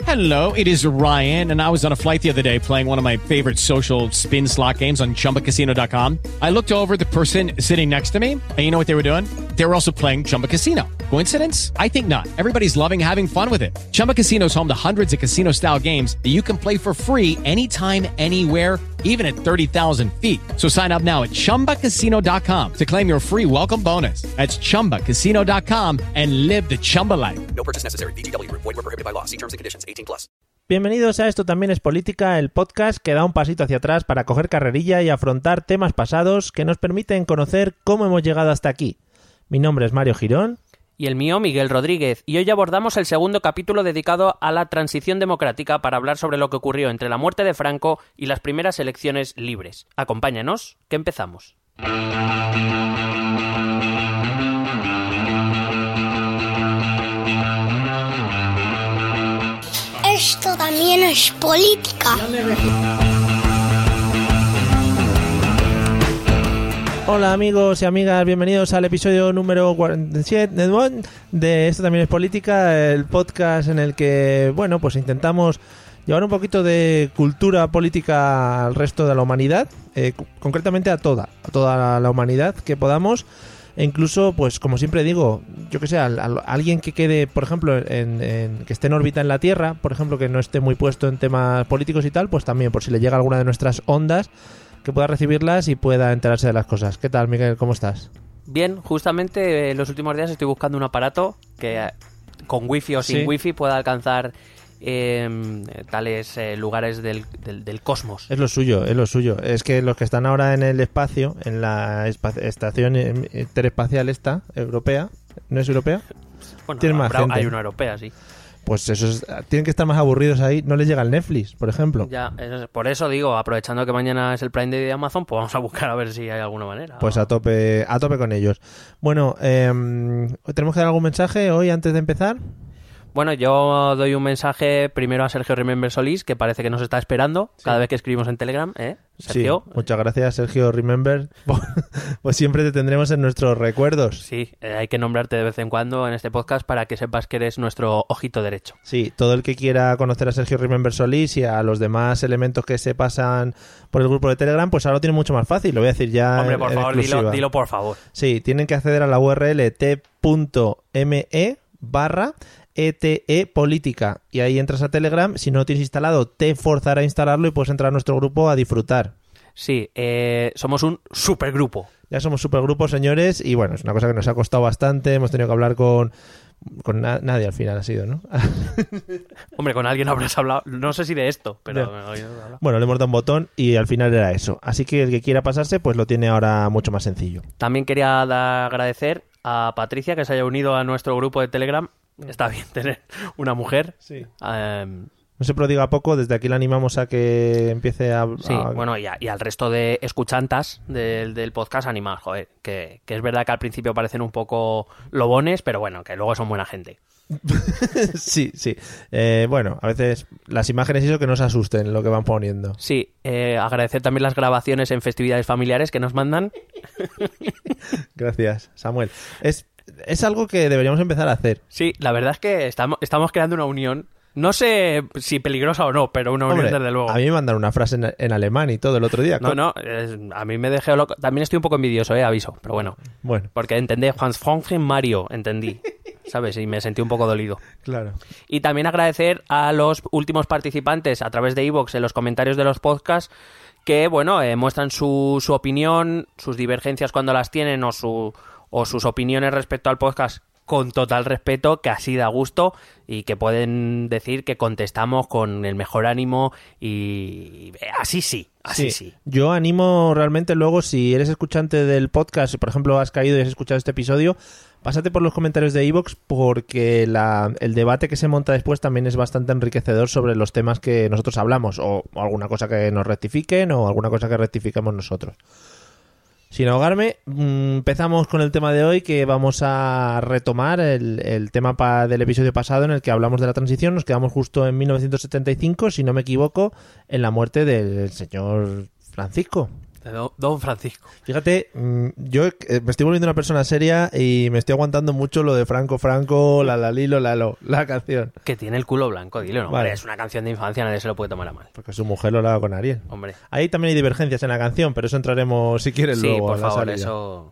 Hello, it is Ryan, and I was on a flight the other day playing one of my favorite social spin slot games on ChumbaCasino.com. I looked over at the person sitting next to me, and you know what they were doing? They were also playing Chumba Casino. Coincidence? I think not. Everybody's loving having fun with it. Chumba Casino is home to hundreds of casino-style games that you can play for free anytime, anywhere, even at 30,000 feet. So sign up now at ChumbaCasino.com to claim your free welcome bonus. That's ChumbaCasino.com and live the Chumba life. No purchase necessary. VGW. Void where prohibited by law. See terms and conditions. 18+. Bienvenidos a Esto también es política, el podcast que da un pasito hacia atrás para coger carrerilla y afrontar temas pasados que nos permiten conocer cómo hemos llegado hasta aquí. Mi nombre es Mario Girón. Y el mío, Miguel Rodríguez, y hoy abordamos el segundo capítulo dedicado a la transición democrática para hablar sobre lo que ocurrió entre la muerte de Franco y las primeras elecciones libres. Acompáñanos, que empezamos. Esto también es política. Hola amigos y amigas, bienvenidos al episodio número 47 de Esto también es política, el podcast en el que, bueno, pues intentamos llevar un poquito de cultura política al resto de la humanidad, concretamente a toda la humanidad que podamos, e incluso, pues como siempre digo, yo que sé, a alguien que quede, por ejemplo, que esté en órbita en la Tierra, por ejemplo, que no esté muy puesto en temas políticos y tal, pues también, por si le llega alguna de nuestras ondas, que pueda recibirlas y pueda enterarse de las cosas. ¿Qué tal, Miguel? ¿Cómo estás? Bien, justamente en los últimos días estoy buscando un aparato que con wifi o sin wifi pueda alcanzar tales lugares del cosmos. Es lo suyo. Es que los que están ahora en el espacio, en la estación interespacial esta, europea, ¿no es europea? Bueno, tienen más gente. Hay una europea, sí. Pues tienen que estar más aburridos ahí. No les llega el Netflix, por ejemplo. Ya, por eso digo, aprovechando que mañana es el Prime Day de Amazon, pues vamos a buscar a ver si hay alguna manera. Pues a tope con ellos. Bueno, ¿tenemos que dar algún mensaje hoy antes de empezar? Bueno, yo doy un mensaje primero a Sergio Remember Solís, que parece que nos está esperando cada vez que escribimos en Telegram, Sergio. Sí, muchas gracias, Sergio Remember. Pues siempre te tendremos en nuestros recuerdos. Sí, hay que nombrarte de vez en cuando en este podcast para que sepas que eres nuestro ojito derecho. Sí, todo el que quiera conocer a Sergio Remember Solís y a los demás elementos que se pasan por el grupo de Telegram, pues ahora lo tiene mucho más fácil. Lo voy a decir ya. Hombre, por favor, dilo por favor. Sí, tienen que acceder a la URL t.me/ETE Política y ahí entras a Telegram. Si no lo tienes instalado, te forzará a instalarlo y puedes entrar a nuestro grupo a disfrutar. Sí, somos un supergrupo. Ya somos supergrupos, señores, y bueno, es una cosa que nos ha costado bastante. Hemos tenido que hablar con nadie al final ha sido, ¿no? Hombre, con alguien habrás hablado, no sé si de esto, pero... Bueno, le hemos dado un botón y al final era eso. Así que el que quiera pasarse, pues lo tiene ahora mucho más sencillo. También quería agradecer a Patricia que se haya unido a nuestro grupo de Telegram. Está bien tener una mujer. Sí. No se prodiga poco, desde aquí le animamos a que empiece a... Sí, bueno, y al resto de escuchantas del podcast animar, joder, que es verdad que al principio parecen un poco lobones, pero bueno, que luego son buena gente. Sí. Bueno, a veces las imágenes y eso que no se asusten lo que van poniendo. Sí, agradecer también las grabaciones en festividades familiares que nos mandan. Gracias, Samuel. Es algo que deberíamos empezar a hacer. Sí, la verdad es que estamos creando una unión. No sé si peligrosa o no, pero una unión. Hombre, desde luego. A mí me mandaron una frase en alemán y todo el otro día. No, a mí me dejó loco. También estoy un poco envidioso, aviso, pero bueno. Porque entendí Hans-Frank Mario, entendí, ¿sabes? Y me sentí un poco dolido. Claro. Y también agradecer a los últimos participantes a través de iVoox en los comentarios de los podcasts que, bueno, muestran su opinión, sus divergencias cuando las tienen o sus opiniones respecto al podcast con total respeto, que así da gusto y que pueden decir que contestamos con el mejor ánimo y así sí. Yo animo realmente luego, si eres escuchante del podcast, si por ejemplo has caído y has escuchado este episodio, pásate por los comentarios de iVoox porque el debate que se monta después también es bastante enriquecedor sobre los temas que nosotros hablamos o alguna cosa que nos rectifiquen o alguna cosa que rectifiquemos nosotros. Sin ahogarme, empezamos con el tema de hoy, que vamos a retomar el tema del episodio pasado en el que hablamos de la transición. Nos quedamos justo en 1975, si no me equivoco, en la muerte del señor Francisco. Don Francisco. Fíjate, yo me estoy volviendo una persona seria y me estoy aguantando mucho lo de Franco, la Lilo, la canción. Que tiene el culo blanco, dile, no, Vale. hombre, es una canción de infancia, nadie se lo puede tomar a mal. Porque su mujer lo hablaba con Ariel. Hombre. Ahí también hay divergencias en la canción, pero eso entraremos si quieres Sí, luego. por a la favor, salida. eso...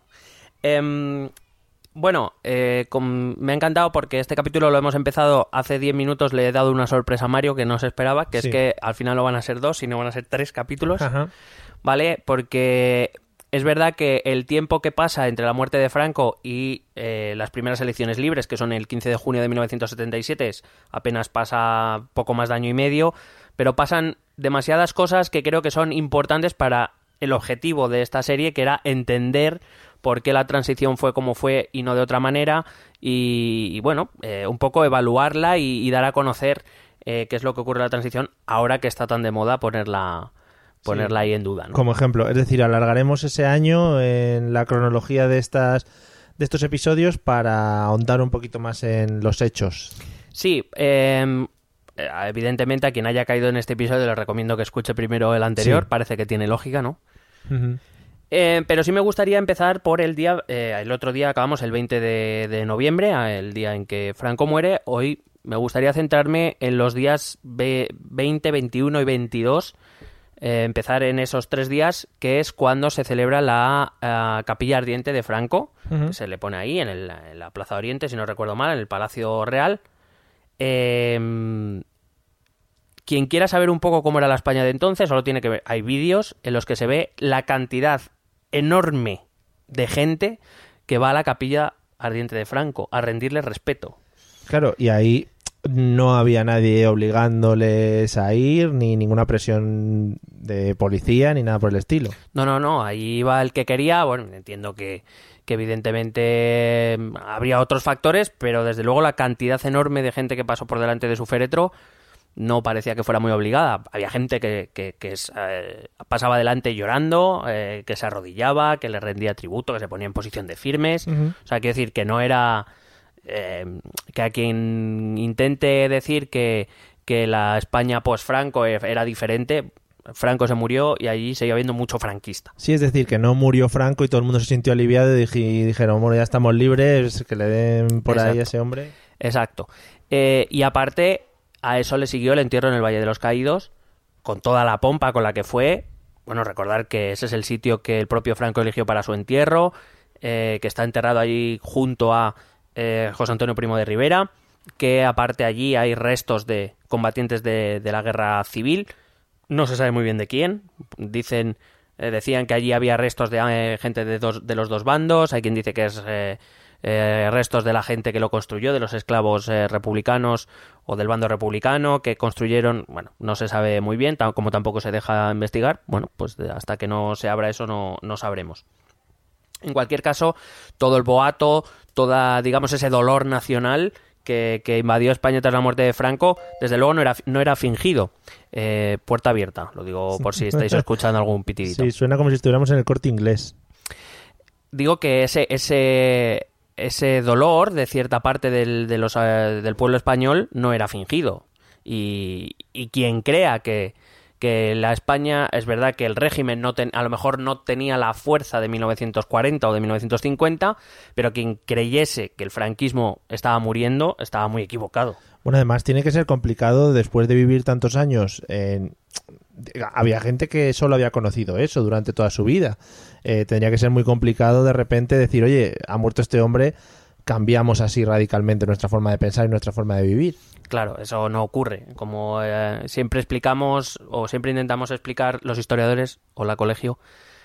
Bueno, me ha encantado porque este capítulo lo hemos empezado hace 10 minutos, le he dado una sorpresa a Mario que no se esperaba, que Sí. es que al final no van a ser 2, sino van a ser 3 capítulos, Ajá. ¿vale? Porque es verdad que el tiempo que pasa entre la muerte de Franco y las primeras elecciones libres, que son el 15 de junio de 1977, apenas pasa poco más de año y medio, pero pasan demasiadas cosas que creo que son importantes para el objetivo de esta serie, que era entender por qué la transición fue como fue y no de otra manera, y bueno, un poco evaluarla y dar a conocer qué es lo que ocurre en la transición ahora que está tan de moda ponerla ahí en duda, ¿no? Como ejemplo, es decir, alargaremos ese año en la cronología de estos episodios para ahondar un poquito más en los hechos. Sí, evidentemente a quien haya caído en este episodio le recomiendo que escuche primero el anterior, Sí. parece que tiene lógica, ¿no? Ujú. Pero sí me gustaría empezar por el día, el otro día acabamos el 20 de noviembre, el día en que Franco muere. Hoy me gustaría centrarme en los días 20, 21 y 22, empezar en esos 3 días, que es cuando se celebra la Capilla Ardiente de Franco, Ujú. que se le pone ahí en la Plaza Oriente, si no recuerdo mal, en el Palacio Real. Quien quiera saber un poco cómo era la España de entonces, solo tiene que ver. Hay vídeos en los que se ve la cantidad enorme de gente que va a la Capilla Ardiente de Franco a rendirle respeto. Claro, y ahí no había nadie obligándoles a ir, ni ninguna presión de policía, ni nada por el estilo. No, ahí iba el que quería. Bueno, entiendo que evidentemente habría otros factores, pero desde luego la cantidad enorme de gente que pasó por delante de su féretro no parecía que fuera muy obligada. Había gente que pasaba adelante llorando, que se arrodillaba, que le rendía tributo, que se ponía en posición de firmes. Ujú. O sea, quiero decir que no era... que a quien intente decir que la España post-Franco era diferente, Franco se murió y allí seguía habiendo mucho franquista. Sí, es decir, que no murió Franco y todo el mundo se sintió aliviado y dijeron, bueno, ya estamos libres, que le den por ahí a ese hombre. Exacto. Y aparte, a eso le siguió el entierro en el Valle de los Caídos, con toda la pompa con la que fue. Bueno, recordar que ese es el sitio que el propio Franco eligió para su entierro, que está enterrado allí junto a José Antonio Primo de Rivera, que aparte allí hay restos de combatientes de la guerra civil. No se sabe muy bien de quién. Decían que allí había restos de gente de los dos bandos. Hay quien dice que es restos de la gente que lo construyó, de los esclavos republicanos o del bando republicano que construyeron. Bueno, no se sabe muy bien, como tampoco se deja investigar. Bueno, pues hasta que no se abra eso no sabremos. En cualquier caso, todo el boato, digamos, ese dolor nacional que invadió España tras la muerte de Franco, desde luego no era fingido. Puerta abierta, lo digo por si estáis escuchando algún pitidito. Sí, suena como si estuviéramos en el Corte Inglés. Digo que ese dolor de cierta parte del pueblo español no era fingido. Y quien crea que la España, es verdad que el régimen a lo mejor no tenía la fuerza de 1940 o de 1950, pero quien creyese que el franquismo estaba muriendo estaba muy equivocado. Bueno, además tiene que ser complicado después de vivir tantos años. Había gente que solo había conocido eso durante toda su vida. Tendría que ser muy complicado de repente decir, oye, ha muerto este hombre, cambiamos así radicalmente nuestra forma de pensar y nuestra forma de vivir. Claro, eso no ocurre. Como siempre explicamos o siempre intentamos explicar los historiadores o la colegio,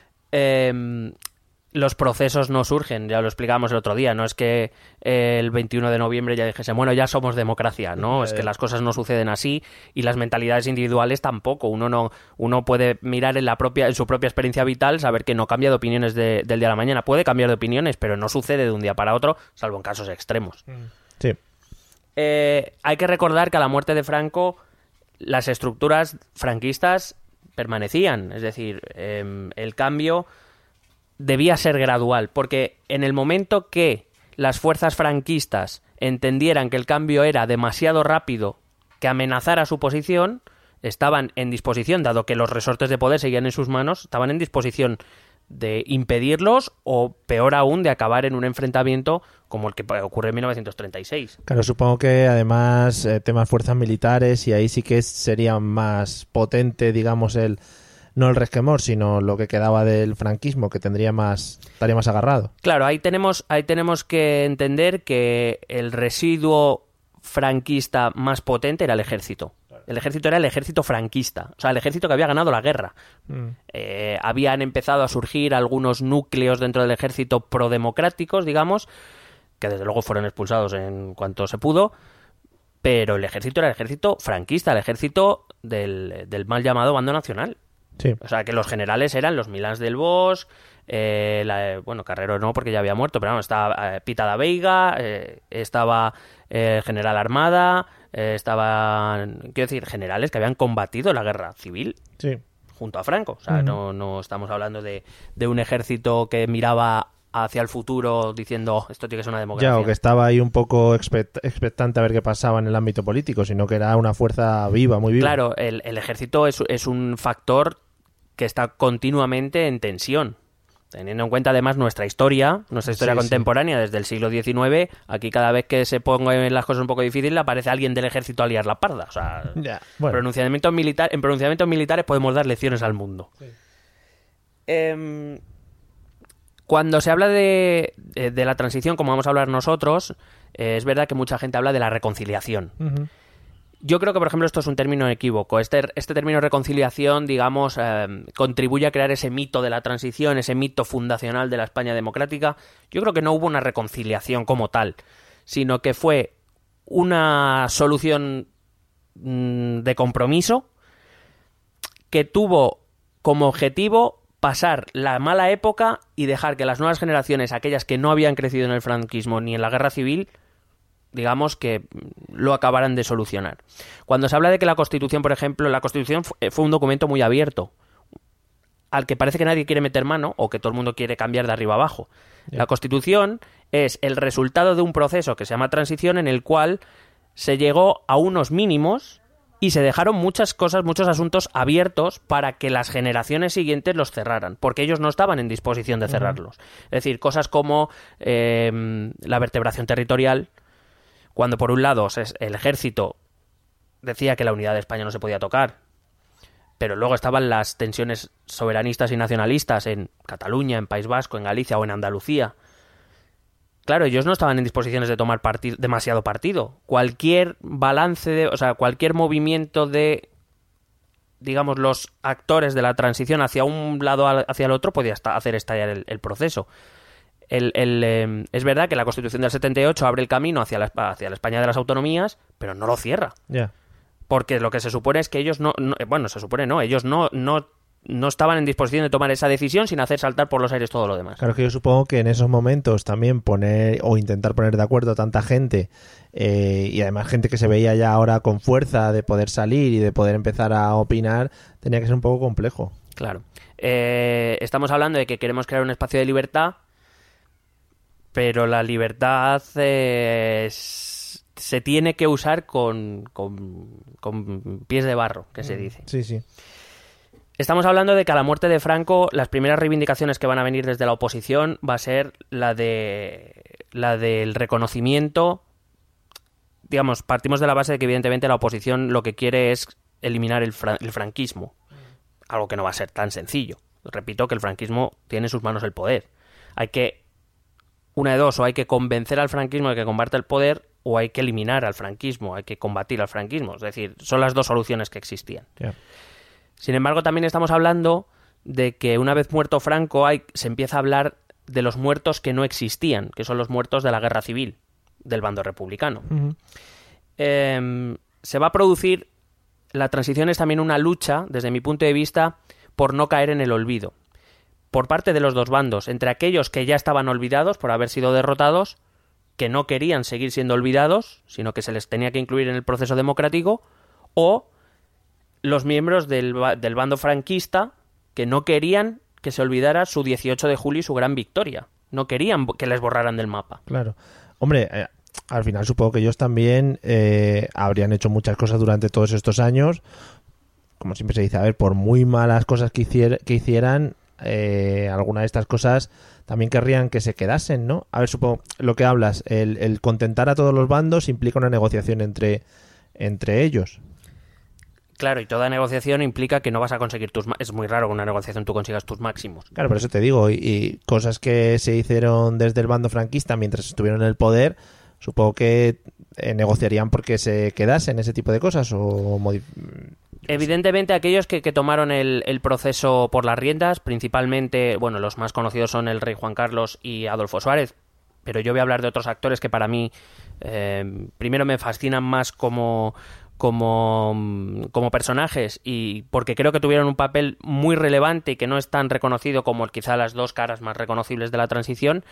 los procesos no surgen, ya lo explicábamos el otro día, no es que el 21 de noviembre ya dijese, bueno, ya somos democracia, ¿no? Es que las cosas no suceden así y las mentalidades individuales tampoco. Uno puede mirar en su propia experiencia vital, saber que no cambia de opiniones del día a la mañana. Puede cambiar de opiniones, pero no sucede de un día para otro, salvo en casos extremos. Sí. Hay que recordar que a la muerte de Franco las estructuras franquistas permanecían, es decir, el cambio debía ser gradual, porque en el momento que las fuerzas franquistas entendieran que el cambio era demasiado rápido, que amenazara su posición, estaban en disposición, dado que los resortes de poder seguían en sus manos, estaban en disposición de impedirlos o, peor aún, de acabar en un enfrentamiento como el que ocurre en 1936. Claro, supongo que además temas fuerzas militares, y ahí sí que sería más potente, digamos, no el resquemor, sino lo que quedaba del franquismo, que estaría más agarrado. Claro, ahí tenemos que entender que el residuo franquista más potente era el ejército. El ejército era el ejército franquista, o sea, el ejército que había ganado la guerra. Habían empezado a surgir algunos núcleos dentro del ejército prodemocráticos, digamos, que desde luego fueron expulsados en cuanto se pudo, pero el ejército era el ejército franquista, el ejército del mal llamado bando nacional. Sí. O sea, que los generales eran los Milans del Bosch, Carrero no, porque ya había muerto, pero bueno, estaba Pita da Veiga, estaba el general Armada, estaban, quiero decir, generales que habían combatido la guerra civil junto a Franco. O sea, no estamos hablando de un ejército que miraba hacia el futuro diciendo esto tiene que ser una democracia. Ya, o que estaba ahí un poco expectante a ver qué pasaba en el ámbito político, sino que era una fuerza viva, muy viva. Claro, el ejército es un factor que está continuamente en tensión. Teniendo en cuenta además nuestra historia contemporánea desde el siglo XIX, aquí cada vez que se pongan las cosas un poco difíciles aparece alguien del ejército a liar la parda. O sea, en pronunciamientos militares podemos dar lecciones al mundo. Sí. Cuando se habla de la transición, como vamos a hablar nosotros, es verdad que mucha gente habla de la reconciliación. Uh-huh. Yo creo que, por ejemplo, esto es un término equívoco. Este término reconciliación, digamos, contribuye a crear ese mito de la transición, ese mito fundacional de la España democrática. Yo creo que no hubo una reconciliación como tal, sino que fue una solución de compromiso que tuvo como objetivo pasar la mala época y dejar que las nuevas generaciones, aquellas que no habían crecido en el franquismo ni en la guerra civil, digamos que lo acabaran de solucionar. Cuando se habla de que la Constitución, por ejemplo, la Constitución fue un documento muy abierto, al que parece que nadie quiere meter mano o que todo el mundo quiere cambiar de arriba abajo. Yeah. La Constitución es el resultado de un proceso que se llama transición, en el cual se llegó a unos mínimos y se dejaron muchas cosas, muchos asuntos abiertos para que las generaciones siguientes los cerraran, porque ellos no estaban en disposición de cerrarlos. Uh-huh. Es decir, cosas como la vertebración territorial, cuando por un lado el ejército decía que la unidad de España no se podía tocar, pero luego estaban las tensiones soberanistas y nacionalistas en Cataluña, en País Vasco, en Galicia o en Andalucía. Claro, ellos no estaban en disposiciones de tomar demasiado partido. Cualquier balance, cualquier movimiento de, digamos, los actores de la transición hacia un lado hacia el otro podía hacer estallar el proceso. Es verdad que la Constitución del 78 abre el camino hacia la España de las autonomías, pero no lo cierra. Yeah. Porque lo que se supone es que ellos ellos no estaban en disposición de tomar esa decisión sin hacer saltar por los aires todo lo demás. Claro, que yo supongo que en esos momentos también intentar poner de acuerdo a tanta gente, y además gente que se veía ya ahora con fuerza de poder salir y de poder empezar a opinar, tenía que ser un poco complejo. Claro. Estamos hablando de que queremos crear un espacio de libertad, pero la libertad se tiene que usar con pies de barro, que se dice. Sí, sí. Estamos hablando de que a la muerte de Franco, las primeras reivindicaciones que van a venir desde la oposición va a ser la del reconocimiento. Digamos, partimos de la base de que evidentemente la oposición lo que quiere es eliminar el franquismo, algo que no va a ser tan sencillo. Repito que el franquismo tiene en sus manos el poder. Hay que, una de dos, o hay que convencer al franquismo de que combata el poder, o hay que eliminar al franquismo, hay que combatir al franquismo. Es decir, son las dos soluciones que existían. Yeah. Sin embargo, también estamos hablando de que una vez muerto Franco se empieza a hablar de los muertos que no existían, que son los muertos de la guerra civil, del bando republicano. Uh-huh. Se va a producir, la transición es también una lucha, desde mi punto de vista, por no caer en el olvido, por parte de los dos bandos, entre aquellos que ya estaban olvidados por haber sido derrotados, que no querían seguir siendo olvidados, sino que se les tenía que incluir en el proceso democrático, o los miembros del bando franquista que no querían que se olvidara su 18 de julio y su gran victoria. No querían que les borraran del mapa. Claro. Hombre, al final supongo que ellos también habrían hecho muchas cosas durante todos estos años como siempre se dice, a ver, por muy malas cosas que hicieran, alguna de estas cosas también querrían que se quedasen, ¿no? A ver, supongo, lo que hablas, el contentar a todos los bandos implica una negociación entre ellos. Claro, y toda negociación implica que no vas a conseguir es muy raro que en una negociación tú consigas tus máximos. Claro, por eso te digo, y cosas que se hicieron desde el bando franquista mientras estuvieron en el poder, supongo que negociarían porque se quedasen ese tipo de cosas o Evidentemente aquellos que tomaron el proceso por las riendas, principalmente, bueno, los más conocidos son el rey Juan Carlos y Adolfo Suárez, pero yo voy a hablar de otros actores que para mí primero me fascinan más como personajes y porque creo que tuvieron un papel muy relevante y que no es tan reconocido como quizá las dos caras más reconocibles de la transición,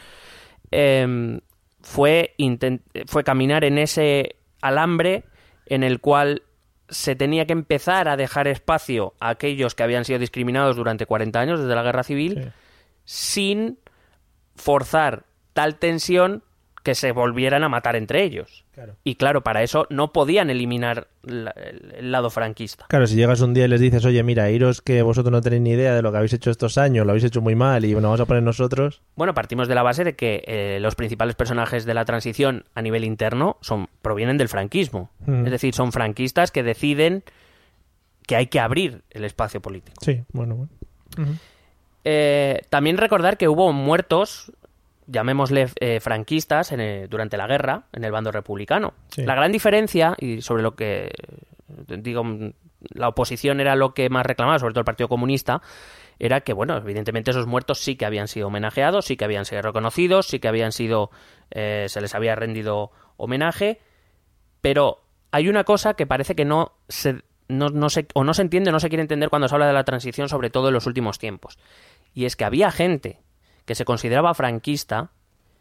fue caminar en ese alambre en el cual se tenía que empezar a dejar espacio a aquellos que habían sido discriminados durante 40 años desde la Guerra Civil, sin forzar tal tensión que se volvieran a matar entre ellos. Claro. Y claro, para eso no podían eliminar el lado franquista. Claro, si llegas un día y les dices, oye, mira, iros que vosotros no tenéis ni idea de lo que habéis hecho estos años, lo habéis hecho muy mal y nos vamos a poner nosotros. Bueno, partimos de la base de que los principales personajes de la transición a nivel interno provienen del franquismo. Es decir, son franquistas que deciden que hay que abrir el espacio político. Sí, bueno. También recordar que hubo muertos, llamémosle franquistas, durante la guerra en el bando republicano. Sí. La gran diferencia, y sobre lo que digo, la oposición era lo que más reclamaba, sobre todo el Partido Comunista, era que, bueno, evidentemente esos muertos sí que habían sido homenajeados, sí que habían sido reconocidos, sí que habían sido, se les había rendido homenaje, pero hay una cosa que parece que no se entiende o no se quiere entender cuando se habla de la transición, sobre todo en los últimos tiempos. Y es que había gente que se consideraba franquista,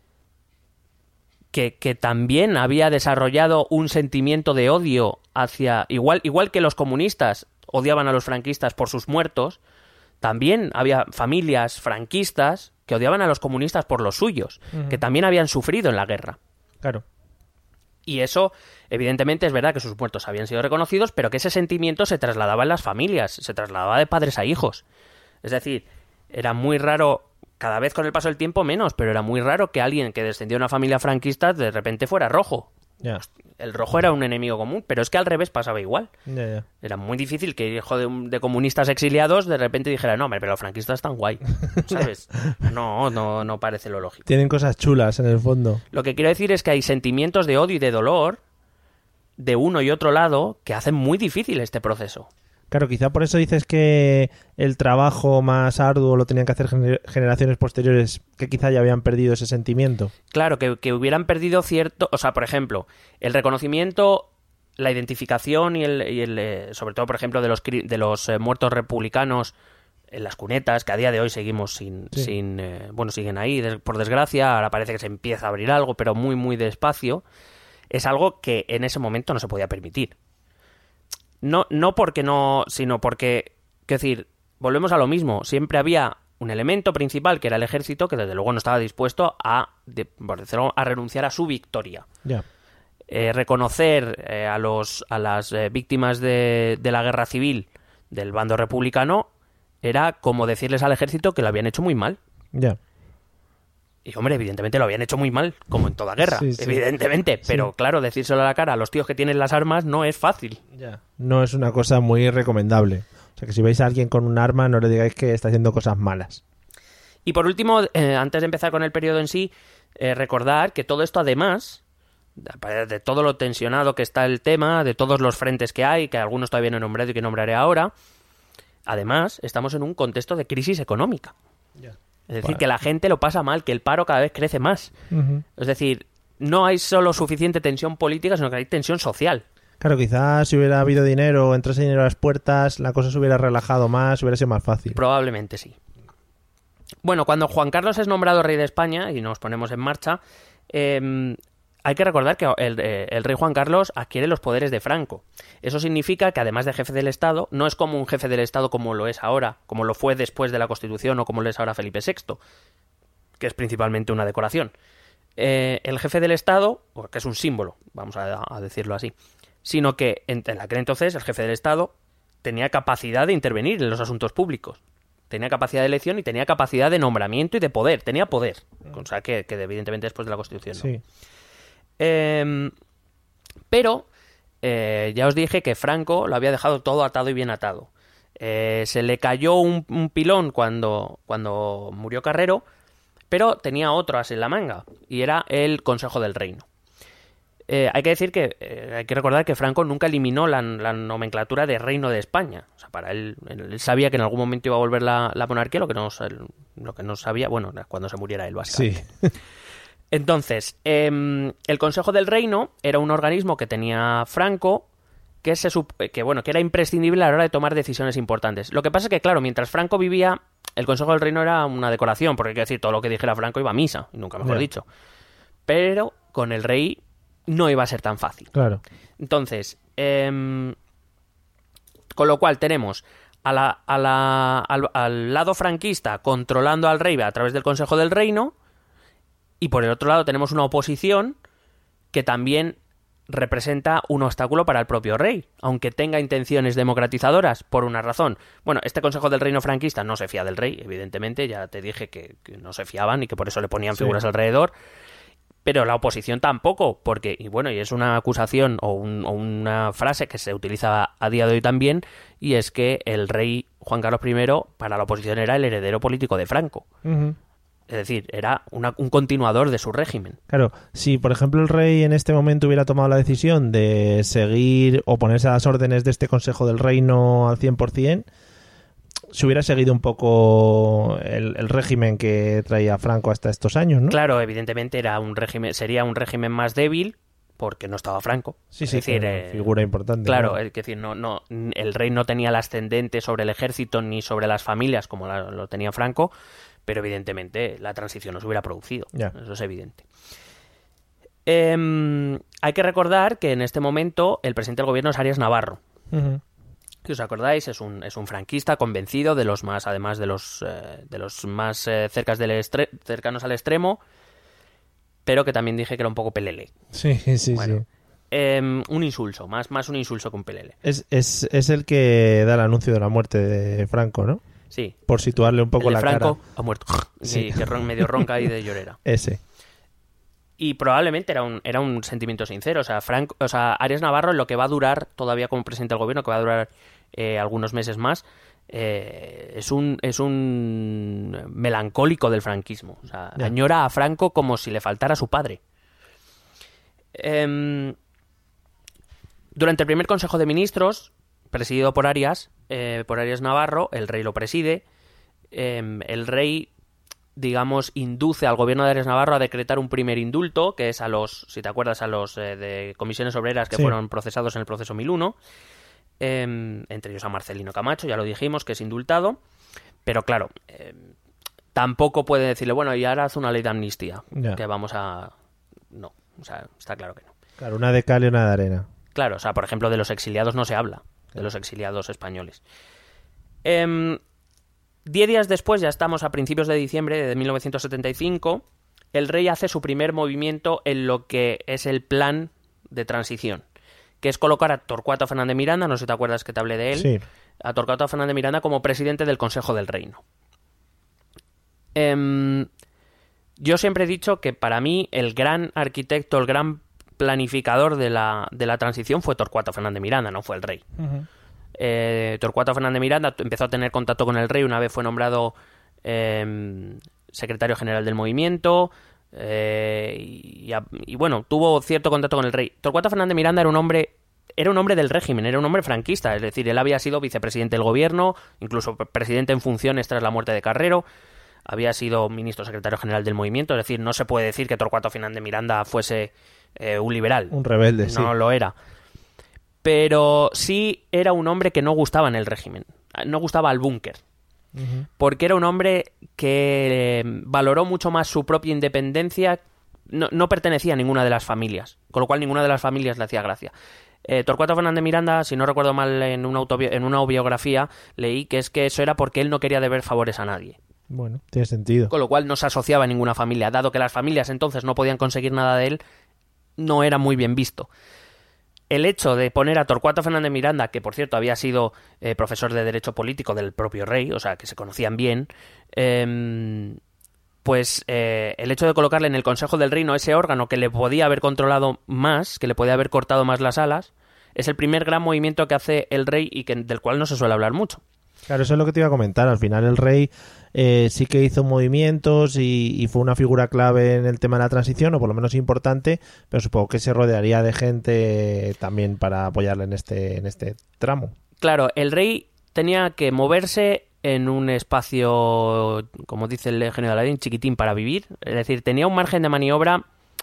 que también había desarrollado un sentimiento de odio hacia... Igual que los comunistas odiaban a los franquistas por sus muertos, también había familias franquistas que odiaban a los comunistas por los suyos, que también habían sufrido en la guerra. Claro. Y eso, evidentemente, es verdad que sus muertos habían sido reconocidos, pero que ese sentimiento se trasladaba en las familias, se trasladaba de padres a hijos. Es decir, era muy raro... Cada vez con el paso del tiempo menos, pero era muy raro que alguien que descendió de una familia franquista de repente fuera rojo. Yeah. El rojo era un enemigo común, pero es que al revés pasaba igual. Yeah. Era muy difícil que hijo de comunistas exiliados de repente dijera, no, hombre, pero los franquistas están guay, ¿sabes? No parece lo lógico. Tienen cosas chulas en el fondo. Lo que quiero decir es que hay sentimientos de odio y de dolor de uno y otro lado que hacen muy difícil este proceso. Claro, quizá por eso dices que el trabajo más arduo lo tenían que hacer generaciones posteriores que quizá ya habían perdido ese sentimiento. Claro, que hubieran perdido cierto... O sea, por ejemplo, el reconocimiento, la identificación y el sobre todo, por ejemplo, de los muertos republicanos en las cunetas, que a día de hoy seguimos siguen ahí, por desgracia. Ahora parece que se empieza a abrir algo, pero muy, muy despacio. Es algo que en ese momento no se podía permitir. No porque no, sino porque, quiero decir, volvemos a lo mismo. Siempre había un elemento principal que era el ejército, que desde luego no estaba dispuesto a renunciar a su victoria. Yeah. Reconocer a las víctimas de la guerra civil del bando republicano era como decirles al ejército que lo habían hecho muy mal. Ya. Yeah. Y hombre, evidentemente lo habían hecho muy mal, como en toda guerra, sí. Evidentemente. Pero claro, decírselo a la cara a los tíos que tienen las armas no es fácil. Yeah. No es una cosa muy recomendable. O sea que si veis a alguien con un arma, no le digáis que está haciendo cosas malas. Y por último, antes de empezar con el periodo en sí, recordar que todo esto, además de todo lo tensionado que está el tema, de todos los frentes que hay, que algunos todavía no he nombrado y que nombraré ahora, además estamos en un contexto de crisis económica. Yeah. Es decir, que la gente lo pasa mal, que el paro cada vez crece más. Es decir, no hay solo suficiente tensión política, sino que hay tensión social. Claro, quizás si hubiera habido dinero o entrase dinero a las puertas, la cosa se hubiera relajado más, hubiera sido más fácil. Probablemente sí. Bueno, cuando Juan Carlos es nombrado rey de España y nos ponemos en marcha, hay que recordar que el rey Juan Carlos adquiere los poderes de Franco. Eso significa que además de jefe del Estado, no es como un jefe del Estado como lo es ahora, como lo fue después de la Constitución o como lo es ahora Felipe VI, que es principalmente una decoración. El jefe del Estado, porque es un símbolo, vamos a decirlo así, sino que en aquel entonces el jefe del Estado tenía capacidad de intervenir en los asuntos públicos. Tenía capacidad de elección y tenía capacidad de nombramiento y de poder. Tenía poder. Cosa que evidentemente después de la Constitución no. Sí. Pero ya os dije que Franco lo había dejado todo atado y bien atado. Se le cayó un pilón cuando murió Carrero, pero tenía otro as en la manga, y era el Consejo del Reino. Hay que decir que hay que recordar que Franco nunca eliminó la nomenclatura de Reino de España. O sea, para él sabía que en algún momento iba a volver la monarquía, lo que no sabía, bueno, cuando se muriera él, básicamente. Sí. Entonces, el Consejo del Reino era un organismo que tenía Franco que era imprescindible a la hora de tomar decisiones importantes. Lo que pasa es que, claro, mientras Franco vivía, el Consejo del Reino era una decoración, porque hay que decir, todo lo que dijera Franco iba a misa, y nunca mejor dicho. Pero con el rey no iba a ser tan fácil. Claro. Entonces, con lo cual tenemos al lado franquista controlando al rey a través del Consejo del Reino, y por el otro lado tenemos una oposición que también representa un obstáculo para el propio rey, aunque tenga intenciones democratizadoras, por una razón. Bueno, este Consejo del Reino franquista no se fía del rey, evidentemente, ya te dije que no se fiaban y que por eso le ponían figuras alrededor, pero la oposición tampoco, porque, y es una acusación o una frase que se utiliza a día de hoy también, y es que el rey Juan Carlos I para la oposición era el heredero político de Franco. Uh-huh. Es decir, era un continuador de su régimen. Claro, si por ejemplo el rey en este momento hubiera tomado la decisión de seguir o ponerse a las órdenes de este Consejo del Reino al 100%, se hubiera seguido el régimen que traía Franco hasta estos años, ¿no? Claro, evidentemente sería un régimen más débil porque no estaba Franco. Sí, es decir, figura importante. Claro, ¿no? es decir, el rey no tenía el ascendente sobre el ejército ni sobre las familias como lo tenía Franco, pero evidentemente la transición no se hubiera producido. Ya. Eso es evidente. Hay que recordar que en este momento el presidente del gobierno es Arias Navarro. Uh-huh. Si os acordáis, es un franquista convencido, de los más, además de los más cercanos al extremo, pero que también dije que era un poco pelele. Sí. Un insulso, más un insulso que un pelele. Es el que da el anuncio de la muerte de Franco, ¿no? Sí. Por situarle un poco el de la Franco cara. ha muerto. Sí. Que medio ronca y de llorera. Ese. Y probablemente era un sentimiento sincero. O sea, Arias Navarro, en lo que va a durar todavía como presidente del gobierno, que va a durar algunos meses más, es un melancólico del franquismo. O sea, añora a Franco como si le faltara su padre. Durante el primer Consejo de Ministros, presidido por Arias Navarro, el rey lo preside. El rey, digamos, induce al gobierno de Arias Navarro a decretar un primer indulto, que es si te acuerdas, a los de comisiones obreras que fueron procesados en el proceso 1001, entre ellos a Marcelino Camacho, ya lo dijimos, que es indultado, pero claro, tampoco puede decirle, bueno, y ahora haz una ley de amnistía, que vamos a... No, o sea, está claro que no. Claro, una de cal y una de arena. Claro, o sea, por ejemplo, de los exiliados no se habla, de los exiliados españoles. 10 días después, ya estamos a principios de diciembre de 1975, el rey hace su primer movimiento en lo que es el plan de transición, que es colocar a Torcuato Fernández Miranda, no sé si te acuerdas que te hablé de él, sí. A Torcuato Fernández Miranda como presidente del Consejo del Reino. Yo siempre he dicho que para mí el gran arquitecto, el gran planificador de la transición fue Torcuato Fernández Miranda, no fue el rey. Uh-huh. Torcuato Fernández Miranda empezó a tener contacto con el rey una vez fue nombrado secretario general del movimiento y bueno, tuvo cierto contacto con el rey. Torcuato Fernández Miranda era un hombre del régimen, era un hombre franquista, es decir, él había sido vicepresidente del gobierno, incluso presidente en funciones tras la muerte de Carrero, había sido ministro secretario general del movimiento, es decir, no se puede decir que Torcuato Fernández Miranda fuese un liberal. Un rebelde, no sí. No lo era. Pero sí era un hombre que no gustaba en el régimen, no gustaba al búnker, porque era un hombre que valoró mucho más su propia independencia, no pertenecía a ninguna de las familias, con lo cual ninguna de las familias le hacía gracia. Torcuato Fernández Miranda, si no recuerdo mal, en una biografía leí que eso era porque él no quería deber favores a nadie. Bueno, tiene sentido. Con lo cual no se asociaba a ninguna familia, dado que las familias entonces no podían conseguir nada de él, no era muy bien visto. el hecho de poner a Torcuato Fernández Miranda, que por cierto había sido profesor de Derecho Político del propio rey, o sea, que se conocían bien, pues el hecho de colocarle en el Consejo del Reino, ese órgano que le podía haber controlado más, que le podía haber cortado más las alas, es el primer gran movimiento que hace el rey y del cual no se suele hablar mucho. Claro, eso es lo que te iba a comentar. Al final el rey sí que hizo movimientos y fue una figura clave en el tema de la transición, o por lo menos importante, pero supongo que se rodearía de gente también para apoyarle en este tramo. Claro, el rey tenía que moverse en un espacio, como dice el genio de Aladín, chiquitín para vivir. Es decir, tenía un margen de maniobra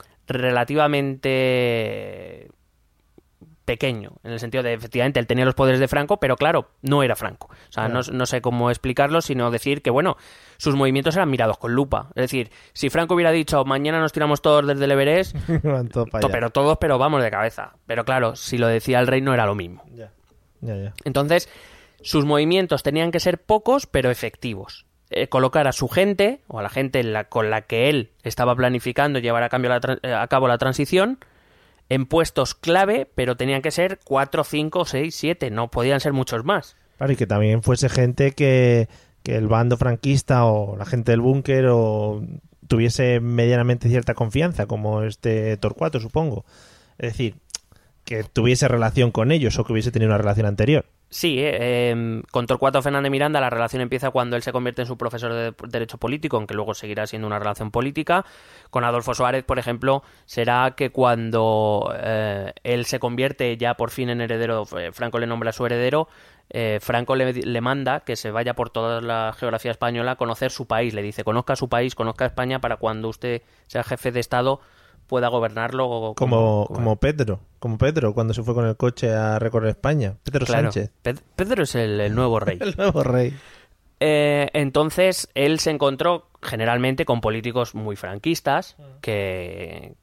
relativamente pequeño, en el sentido de, efectivamente, él tenía los poderes de Franco, pero claro, no era Franco. O sea, Claro. no sé cómo explicarlo, sino decir que, bueno, sus movimientos eran mirados con lupa. Es decir, si Franco hubiera dicho, mañana nos tiramos todos desde el Everest, Van todos para allá. pero todos, pero vamos de cabeza. Pero claro, si lo decía el rey no era lo mismo. Ya. Entonces, sus movimientos tenían que ser pocos, pero efectivos. Colocar a su gente, o a la gente con la que él estaba planificando llevar a cabo la transición, en puestos clave, pero tenían que ser 4, 5, 6, 7, no podían ser muchos más. Claro, y que también fuese gente que el bando franquista o la gente del búnker o tuviese medianamente cierta confianza, como este Torcuato, supongo. Es decir, que tuviese relación con ellos o que hubiese tenido una relación anterior. Sí, con Torcuato Fernández Miranda la relación empieza cuando él se convierte en su profesor de Derecho Político, aunque luego seguirá siendo una relación política. Con Adolfo Suárez, por ejemplo, será que cuando él se convierte ya por fin en heredero, Franco le nombra a su heredero, Franco le manda que se vaya por toda la geografía española a conocer su país. Le dice, conozca su país, conozca España, para cuando usted sea jefe de Estado pueda gobernarlo Como Pedro cuando se fue con el coche a recorrer España. Pedro Claro, Sánchez. Pedro es el nuevo rey. El nuevo rey. Entonces él se encontró generalmente con políticos muy franquistas que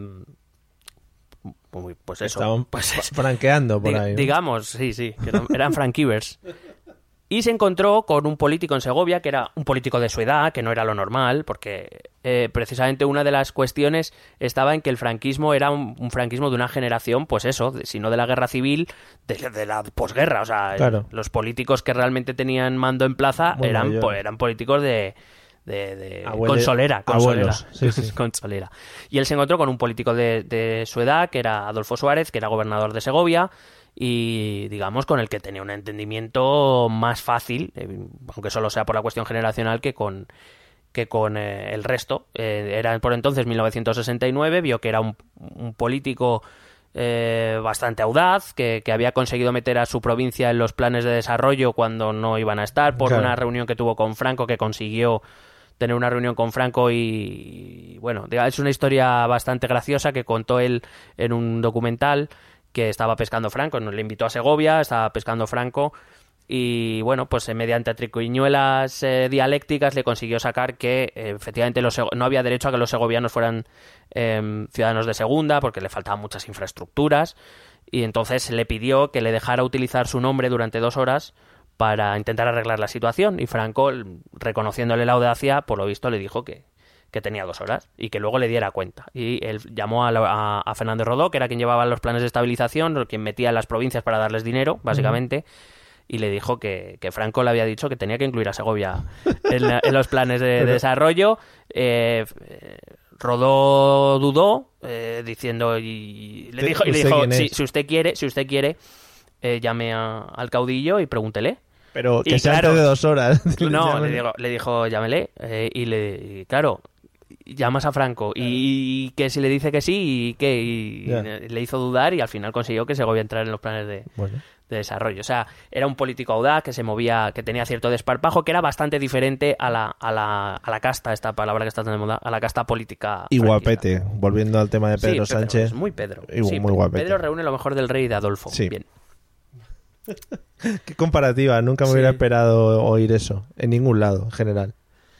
pues eso, Estaban pues franqueando por ahí, ¿no? digamos, sí, que eran franquivers. Y se encontró con un político en Segovia que era un político de su edad, que no era lo normal, porque precisamente una de las cuestiones estaba en que el franquismo era un franquismo de una generación, pues eso, sino de la guerra civil, de la posguerra. O sea, Claro. los políticos que realmente tenían mando en plaza Muy eran mayores. políticos de consolera. Abuelos, sí. Consolera. Y él se encontró con un político de su edad, que era Adolfo Suárez, que era gobernador de Segovia, y digamos con el que tenía un entendimiento más fácil, aunque solo sea por la cuestión generacional, que con el resto. Era por entonces 1969, vio que era un político bastante audaz, que había conseguido meter a su provincia en los planes de desarrollo cuando no iban a estar, por Claro. una reunión que tuvo con Franco, que consiguió tener una reunión con Franco y bueno, es una historia bastante graciosa que contó él en un documental, que estaba pescando Franco, le invitó a Segovia, estaba pescando Franco y bueno, pues mediante triquiñuelas dialécticas le consiguió sacar que efectivamente no había derecho a que los segovianos fueran ciudadanos de segunda porque le faltaban muchas infraestructuras, y entonces le pidió que le dejara utilizar su nombre durante 2 horas para intentar arreglar la situación, y Franco, reconociéndole la audacia, por lo visto le dijo que tenía 2 horas y que luego le diera cuenta. Y él llamó a Fernández Rodó, que era quien llevaba los planes de estabilización, quien metía en las provincias para darles dinero, básicamente, y le dijo que Franco le había dicho que tenía que incluir a Segovia en los planes de desarrollo. Rodó dudó, diciendo, y le dijo, si usted quiere, llame al caudillo y pregúntele. Pero que Y sea claro, antes de 2 horas. No, le dijo, llámele. Y claro, llamas a Franco. Y que si le dice que sí, Ya. le hizo dudar, y al final consiguió que Segovia entrara en los planes de desarrollo. O sea, era un político audaz que se movía, que tenía cierto desparpajo, que era bastante diferente a la casta, esta palabra que está tan de moda, a la casta política Y franquista. guapete, volviendo al tema de Pedro Sí, Sánchez. es muy Pedro. Y Sí, muy guapete. Pedro reúne lo mejor del rey y de Adolfo. Sí. Bien. Qué comparativa, nunca me hubiera esperado oír eso, en ningún lado, en general.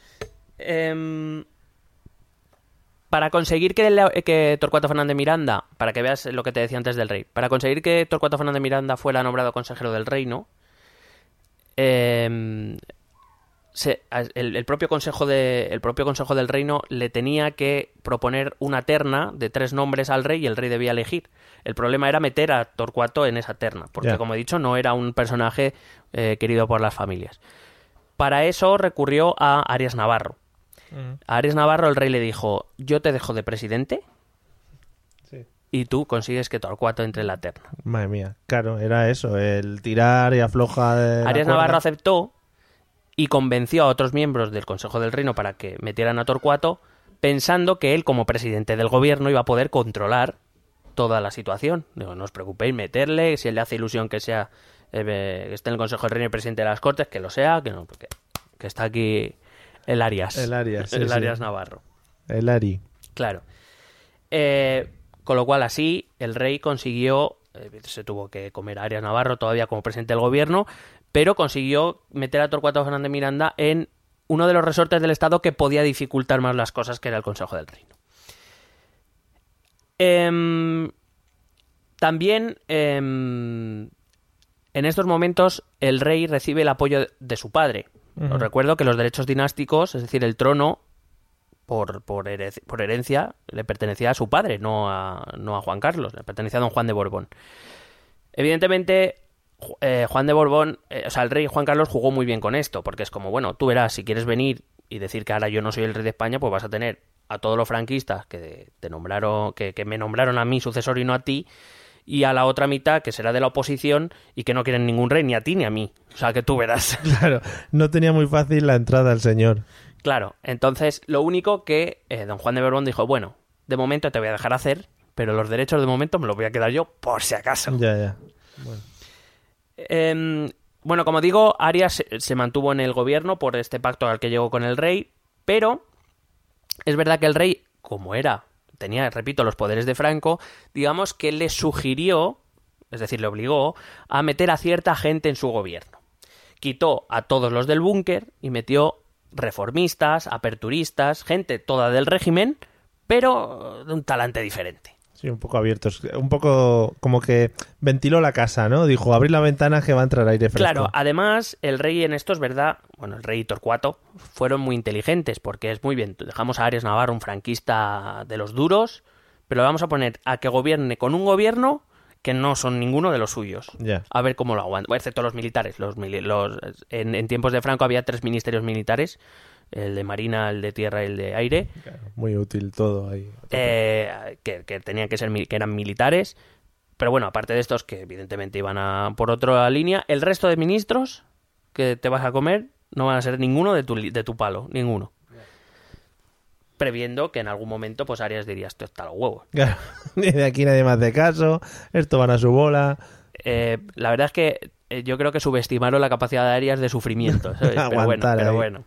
Para conseguir que Torcuato Fernández Miranda, para que veas lo que te decía antes del rey, para conseguir que Torcuato Fernández Miranda fuera nombrado consejero del reino, se el propio Consejo del Reino le tenía que proponer una terna de 3 nombres al rey y el rey debía elegir. El problema era meter a Torcuato en esa terna, porque como he dicho, no era un personaje querido por las familias. Para eso recurrió a Arias Navarro. A Arias Navarro el rey le dijo: yo te dejo de presidente y tú consigues que Torcuato entre en la terna. Madre mía, claro, era eso, el tirar y afloja de Arias Navarro aceptó y convenció a otros miembros del Consejo del Reino para que metieran a Torcuato, pensando que él, como presidente del gobierno, iba a poder controlar toda la situación. Digo, no os preocupéis, meterle, si él le hace ilusión que sea que esté en el Consejo del Reino y presidente de las Cortes, que lo sea, que no, que está aquí el Arias. El Arias, sí, Arias Navarro. El Ari. Claro. Con lo cual así el rey consiguió, se tuvo que comer a Arias Navarro todavía como presidente del gobierno, pero consiguió meter a Torcuato Fernández Miranda en uno de los resortes del Estado que podía dificultar más las cosas, que era el Consejo del Reino. También en estos momentos el rey recibe el apoyo de su padre. Os recuerdo que los derechos dinásticos, es decir, el trono, por herencia, le pertenecía a su padre, no a Juan Carlos, le pertenecía a don Juan de Borbón. Evidentemente, Juan de Borbón, el rey Juan Carlos jugó muy bien con esto, porque es como, bueno, tú verás, si quieres venir y decir que ahora yo no soy el rey de España, pues vas a tener a todos los franquistas que te nombraron, que me nombraron a mí sucesor y no a ti, y a la otra mitad, que será de la oposición, y que no quieren ningún rey, ni a ti ni a mí. O sea, que tú verás. Claro, no tenía muy fácil la entrada al señor. Claro, entonces lo único que don Juan de Borbón dijo: bueno, de momento te voy a dejar hacer, pero los derechos de momento me los voy a quedar yo por si acaso. Ya. Bueno, como digo, Arias se mantuvo en el gobierno por este pacto al que llegó con el rey, pero es verdad que el rey, como tenía, repito, los poderes de Franco, digamos que le sugirió, es decir, le obligó a meter a cierta gente en su gobierno. Quitó a todos los del búnker y metió reformistas, aperturistas, gente toda del régimen, pero de un talante diferente. Sí, un poco abiertos, un poco como que ventiló la casa, ¿no? Dijo, abrir la ventana que va a entrar aire fresco. Claro, además, el rey en esto es verdad, bueno, el rey y Torcuato fueron muy inteligentes, porque es muy bien, dejamos a Arias Navarro, un franquista de los duros, pero le vamos a poner a que gobierne con un gobierno que no son ninguno de los suyos. Yeah. A ver cómo lo aguanta. Bueno, excepto los militares. En tiempos de Franco había 3 ministerios militares, el de Marina, el de Tierra y el de Aire. Claro, muy útil todo ahí. Que tenían que ser que eran militares. Pero bueno, aparte de estos, que evidentemente iban por otra línea, el resto de ministros que te vas a comer no van a ser ninguno de tu palo, ninguno. Previendo que en algún momento pues Arias diría: esto está a los huevos. Claro, de aquí nadie más de caso, esto van a su bola. La verdad es que yo creo que subestimaron la capacidad de Arias de sufrimiento, ¿sabes? pero bueno.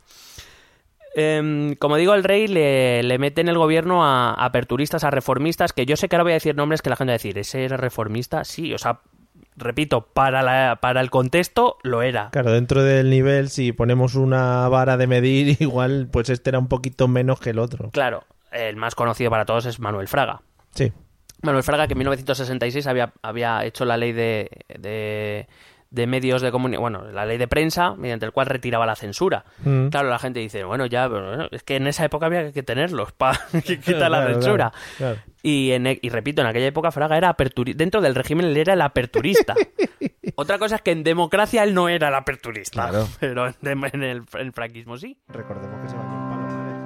Como digo, el rey le mete en el gobierno a aperturistas, a reformistas, que yo sé que ahora voy a decir nombres que la gente va a decir: ¿ese era reformista? Sí, o sea, repito, para el contexto lo era. Claro, dentro del nivel, si ponemos una vara de medir, igual pues este era un poquito menos que el otro. Claro, el más conocido para todos es Manuel Fraga. Sí. Manuel Fraga, que en 1966 había hecho la ley de medios de comunicación, bueno, la ley de prensa, mediante el cual retiraba la censura. Claro, la gente dice, bueno, ya, pero es que en esa época había que tenerlos para quitar la censura. Claro. Y repito, en aquella época Fraga era dentro del régimen él era el aperturista. Otra cosa es que en democracia él no era el aperturista, claro. Pero en el franquismo sí. Recordemos que se bañó un palo.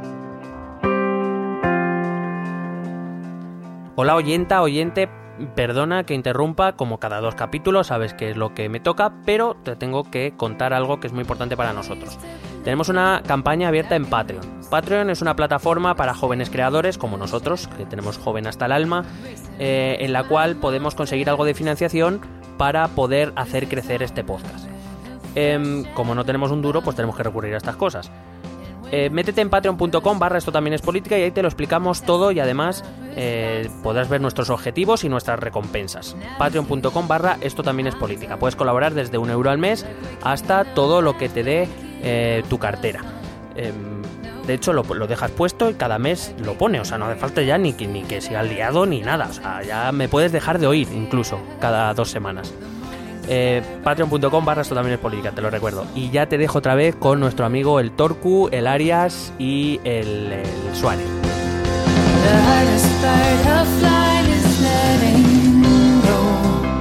Hola oyente, perdona que interrumpa como cada 2 capítulos, sabes que es lo que me toca, pero te tengo que contar algo que es muy importante para nosotros. Tenemos una campaña abierta en Patreon. Patreon es una plataforma para jóvenes creadores como nosotros, que tenemos joven hasta el alma, en la cual podemos conseguir algo de financiación para poder hacer crecer este podcast. Como no tenemos un duro, pues tenemos que recurrir a estas cosas. Métete en patreon.com/esto también es política y ahí te lo explicamos todo y además podrás ver nuestros objetivos y nuestras recompensas. Patreon.com/esto también es política. Puedes colaborar desde €1 al mes hasta todo lo que te dé tu cartera. De hecho lo dejas puesto y cada mes lo pone, o sea, no hace falta ya ni que siga liado ni nada, o sea, ya me puedes dejar de oír incluso cada 2 semanas. Patreon.com/esto también es política, te lo recuerdo. Y ya te dejo otra vez con nuestro amigo el Torcu, el Arias y el Suárez. The hardest part of flight is letting go.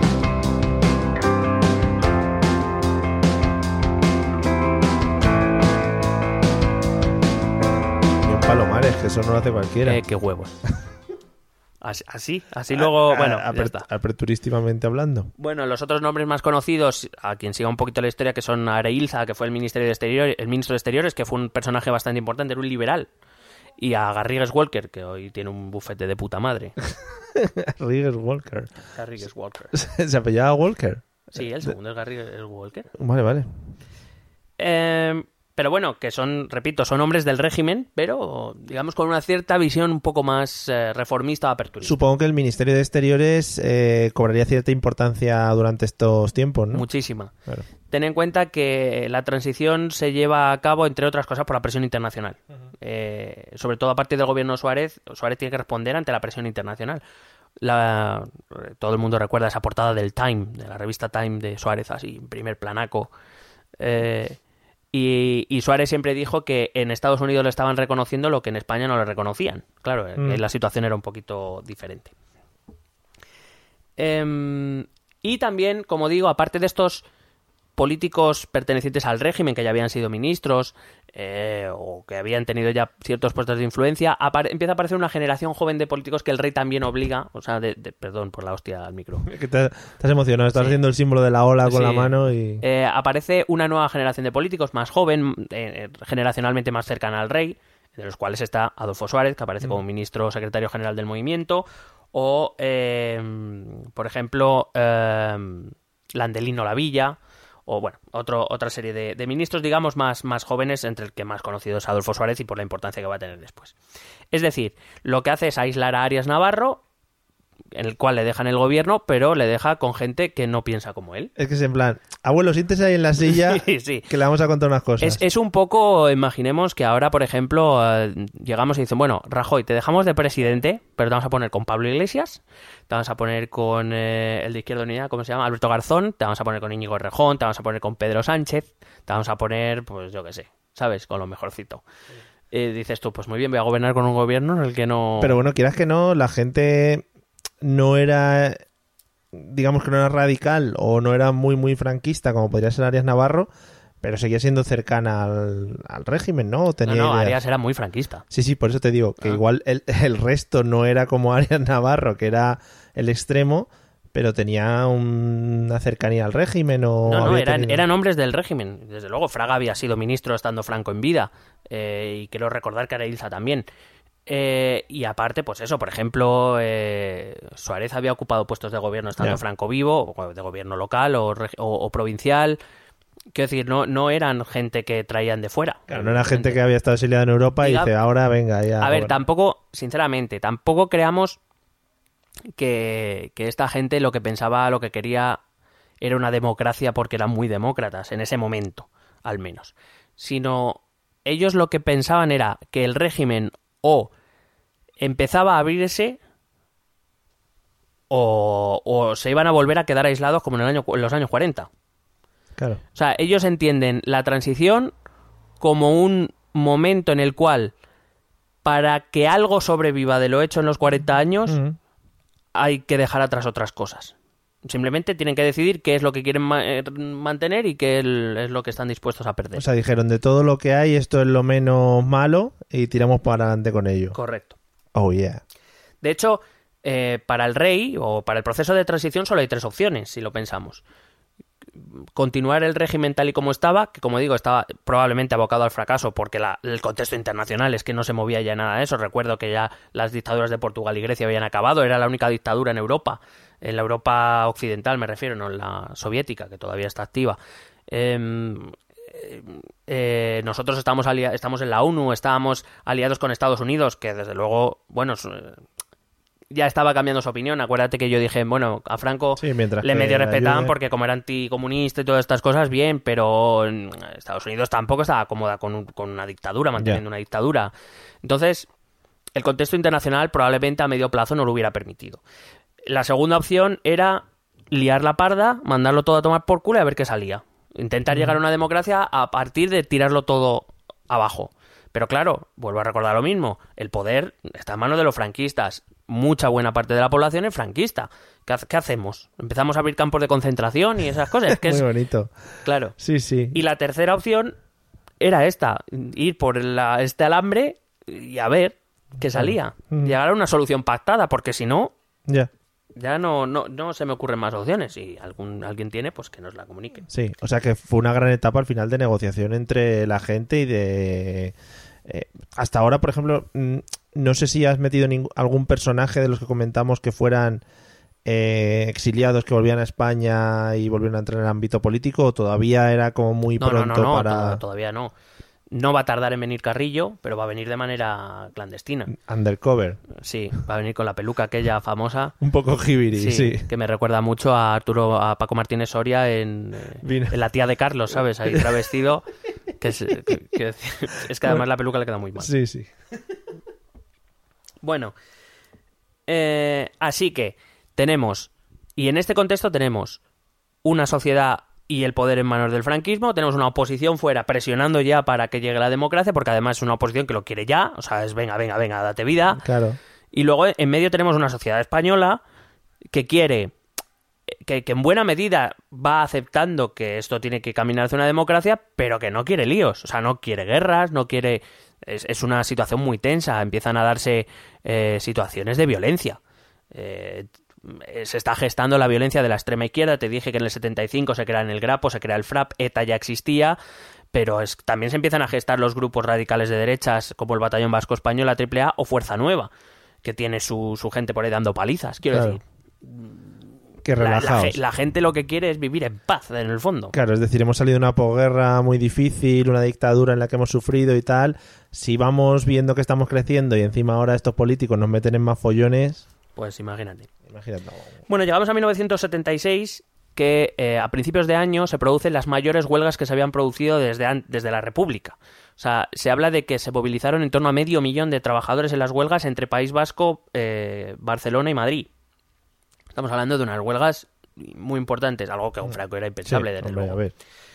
Bien Palomares, que eso no lo hace cualquiera. Qué huevos. Así luego, bueno, ya está. Aperturísticamente hablando. Bueno, los otros nombres más conocidos, a quien siga un poquito la historia, que son Areilza, que fue el ministro de Exteriores, que fue un personaje bastante importante, era un liberal. Y a Garrigues Walker, que hoy tiene un bufete de puta madre. Garrigues Walker. Garrigues Walker. ¿Se apellaba Walker? Sí, el segundo es Garrigues Walker. Vale. Pero bueno, que son, repito, son hombres del régimen, pero digamos con una cierta visión un poco más reformista o aperturista. Supongo que el Ministerio de Exteriores cobraría cierta importancia durante estos tiempos, ¿no? Muchísima. Claro. Ten en cuenta que la transición se lleva a cabo, entre otras cosas, por la presión internacional. Sobre todo a partir del gobierno de Suárez tiene que responder ante la presión internacional. Todo el mundo recuerda esa portada del Time, de la revista Time de Suárez, así, en primer planaco. Y Suárez siempre dijo que en Estados Unidos le estaban reconociendo lo que en España no le reconocían. Claro, la situación era un poquito diferente. Y también, como digo, aparte de estos políticos pertenecientes al régimen, que ya habían sido ministros o que habían tenido ya ciertos puestos de influencia, empieza a aparecer una generación joven de políticos que el rey también obliga, o sea, perdón por la hostia al micro. Que estás emocionado, estás haciendo el símbolo de la ola con la mano y... aparece una nueva generación de políticos más joven, generacionalmente más cercana al rey, de los cuales está Adolfo Suárez, que aparece como ministro secretario general del movimiento, o, por ejemplo, Landelino Lavilla, o bueno, otra serie de ministros, digamos, más jóvenes, entre el que más conocido es Adolfo Suárez y por la importancia que va a tener después. Es decir, lo que hace es aislar a Arias Navarro, en el cual le dejan el gobierno, pero le deja con gente que no piensa como él. Es que es en plan, abuelo, siéntese ahí en la silla, sí. que le vamos a contar unas cosas. Es un poco, imaginemos que ahora, por ejemplo, llegamos y dicen, bueno, Rajoy, te dejamos de presidente, pero te vamos a poner con Pablo Iglesias, te vamos a poner con el de Izquierda Unida, ¿cómo se llama? Alberto Garzón, te vamos a poner con Íñigo Errejón, te vamos a poner con Pedro Sánchez, te vamos a poner, pues yo qué sé, ¿sabes? Con lo mejorcito. Dices tú, pues muy bien, voy a gobernar con un gobierno en el que no... Pero bueno, quieras que no, la gente no era, digamos que no era radical o no era muy muy franquista como podría ser Arias Navarro, pero seguía siendo cercana al régimen, ¿no? Arias era muy franquista. Sí, por eso te digo que igual el resto no era como Arias Navarro, que era el extremo, pero tenía una cercanía al régimen o... eran hombres del régimen. Desde luego, Fraga había sido ministro estando Franco en vida, y quiero recordar que Areilza también. Y aparte, pues eso, por ejemplo, Suárez había ocupado puestos de gobierno estando Franco vivo, o de gobierno local o provincial. Quiero decir, no eran gente que traían de fuera. Claro, no era gente que había estado exiliada en Europa y dice, ahora venga ya. A ver, tampoco creamos que esta gente lo que pensaba, lo que quería era una democracia porque eran muy demócratas, en ese momento, al menos. Sino ellos lo que pensaban era que el régimen o empezaba a abrirse o se iban a volver a quedar aislados como en los años 40. Claro. O sea, ellos entienden la transición como un momento en el cual, para que algo sobreviva de lo hecho en los 40 años, hay que dejar atrás otras cosas. Simplemente tienen que decidir qué es lo que quieren mantener y qué es lo que están dispuestos a perder. O sea, dijeron, de todo lo que hay, esto es lo menos malo y tiramos para adelante con ello. Correcto. Oh, yeah. De hecho, para el rey o para el proceso de transición solo hay 3 opciones, si lo pensamos. Continuar el régimen tal y como estaba, que como digo, estaba probablemente abocado al fracaso porque el contexto internacional es que no se movía ya nada de eso. Recuerdo que ya las dictaduras de Portugal y Grecia habían acabado, era la única dictadura en Europa, en la Europa occidental me refiero, no en la soviética, que todavía está activa. Nosotros estamos en la ONU, estábamos aliados con Estados Unidos, que desde luego, bueno, ya estaba cambiando su opinión. Acuérdate que yo dije, bueno, a Franco le medio respetaban porque como era anticomunista y todas estas cosas, bien, pero Estados Unidos tampoco estaba cómoda con una dictadura, manteniendo una dictadura. Entonces, el contexto internacional probablemente a medio plazo no lo hubiera permitido. La segunda opción era liar la parda, mandarlo todo a tomar por culo y a ver qué salía. Intentar llegar a una democracia a partir de tirarlo todo abajo. Pero claro, vuelvo a recordar lo mismo, el poder está en manos de los franquistas. Mucha buena parte de la población es franquista. ¿Qué hacemos? ¿Empezamos a abrir campos de concentración y esas cosas? Muy bonito. Claro. Sí, sí. Y la tercera opción era esta, ir por este alambre y a ver qué salía. Llegar a una solución pactada, porque si no, ya no se me ocurren más opciones. Si alguien tiene, pues que nos la comunique. Sí, o sea que fue una gran etapa al final de negociación entre la gente y de... hasta ahora, por ejemplo, no sé si has metido algún personaje de los que comentamos que fueran exiliados que volvían a España y volvieron a entrar en el ámbito político, o todavía era como muy pronto para... Todavía no. No va a tardar en venir Carrillo, pero va a venir de manera clandestina. Undercover. Sí, va a venir con la peluca aquella famosa. Un poco jibiri, sí. Que me recuerda mucho a Paco Martínez Soria en La tía de Carlos, ¿sabes? Ahí travestido. Es que además la peluca le queda muy mal. Sí, sí. Bueno, así que tenemos, y en este contexto tenemos una sociedad y el poder en manos del franquismo, tenemos una oposición fuera presionando ya para que llegue la democracia, porque además es una oposición que lo quiere ya, o sea, es venga, date vida. Claro. Y luego en medio tenemos una sociedad española que quiere, que en buena medida va aceptando que esto tiene que caminar hacia una democracia, pero que no quiere líos, o sea, no quiere guerras, no quiere... Es una situación muy tensa, empiezan a darse situaciones de violencia. Se está gestando la violencia de la extrema izquierda. Te dije que en el 75 se crea en el Grapo, se crea el FRAP, ETA ya existía, pero también se empiezan a gestar los grupos radicales de derechas como el Batallón Vasco Español, la AAA o Fuerza Nueva, que tiene su gente por ahí dando palizas. Quiero decir, que relajaos. La gente lo que quiere es vivir en paz, en el fondo. Claro, es decir, hemos salido de una posguerra muy difícil, una dictadura en la que hemos sufrido y tal. Si vamos viendo que estamos creciendo y encima ahora estos políticos nos meten en más follones... Pues imagínate. Imagínate. Bueno, llegamos a 1976, que a principios de año se producen las mayores huelgas que se habían producido desde la República. O sea, se habla de que se movilizaron en torno a 500.000 de trabajadores en las huelgas entre País Vasco, Barcelona y Madrid. Estamos hablando de unas huelgas muy importantes, algo que a un Franco era impensable, sí, desde hombre, luego. A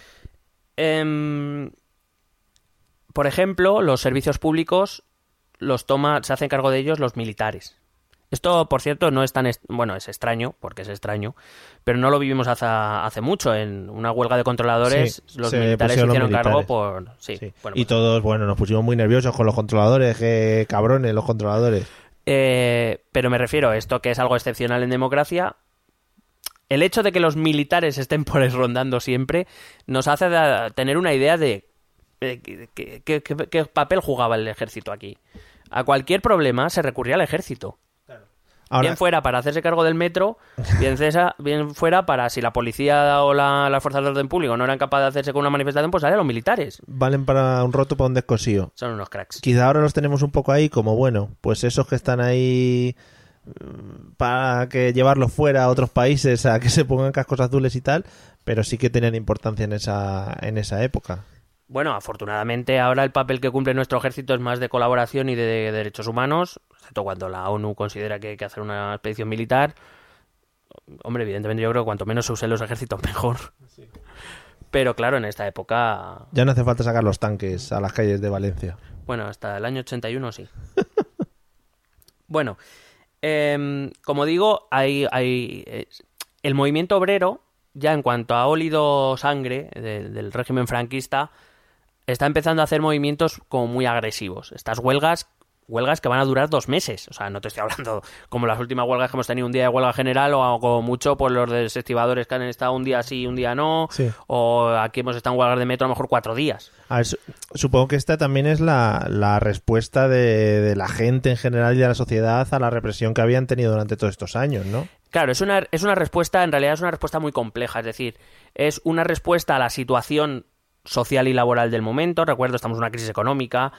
ver. Por ejemplo, los servicios públicos se hacen cargo de ellos los militares. Esto, por cierto, no es tan... Bueno, es extraño, porque es extraño, pero no lo vivimos hace mucho. En una huelga de controladores, los militares se hicieron cargo por... Sí. Bueno, y todos, nos pusimos muy nerviosos con los controladores, que cabrones los controladores. Pero me refiero a esto, que es algo excepcional en democracia. El hecho de que los militares estén por ahí rondando siempre nos hace tener una idea de qué papel jugaba el ejército aquí. A cualquier problema se recurría al ejército. Ahora, bien fuera para hacerse cargo del metro, bien fuera para si la policía o las fuerzas de orden público no eran capaces de hacerse con una manifestación, pues salían los militares. Valen para un roto, para un descosío. Son unos cracks. Quizá ahora los tenemos un poco ahí como, pues esos que están ahí para que llevarlos fuera a otros países a que se pongan cascos azules y tal, pero sí que tenían importancia en esa época. Bueno, afortunadamente ahora el papel que cumple nuestro ejército es más de colaboración y de derechos humanos, excepto cuando la ONU considera que hay que hacer una expedición militar. Hombre, evidentemente yo creo que cuanto menos se usen los ejércitos mejor. Sí. Pero claro, en esta época... Ya no hace falta sacar los tanques a las calles de Valencia. Bueno, hasta el año 81 sí. Bueno, como digo, hay el movimiento obrero, ya en cuanto ha olido sangre del régimen franquista, está empezando a hacer movimientos como muy agresivos. Estas huelgas que van a durar 2 meses. O sea, no te estoy hablando como las últimas huelgas que hemos tenido, un día de huelga general, o como mucho por los desestibadores que han estado un día sí, un día no. Sí. O aquí hemos estado en huelgas de metro a lo mejor 4 días. A ver, supongo que esta también es la respuesta de la gente en general y de la sociedad a la represión que habían tenido durante todos estos años, ¿no? Claro, es una respuesta, en realidad es una respuesta muy compleja. Es decir, es una respuesta a la situación social y laboral del momento. Recuerdo, estamos en una crisis económica.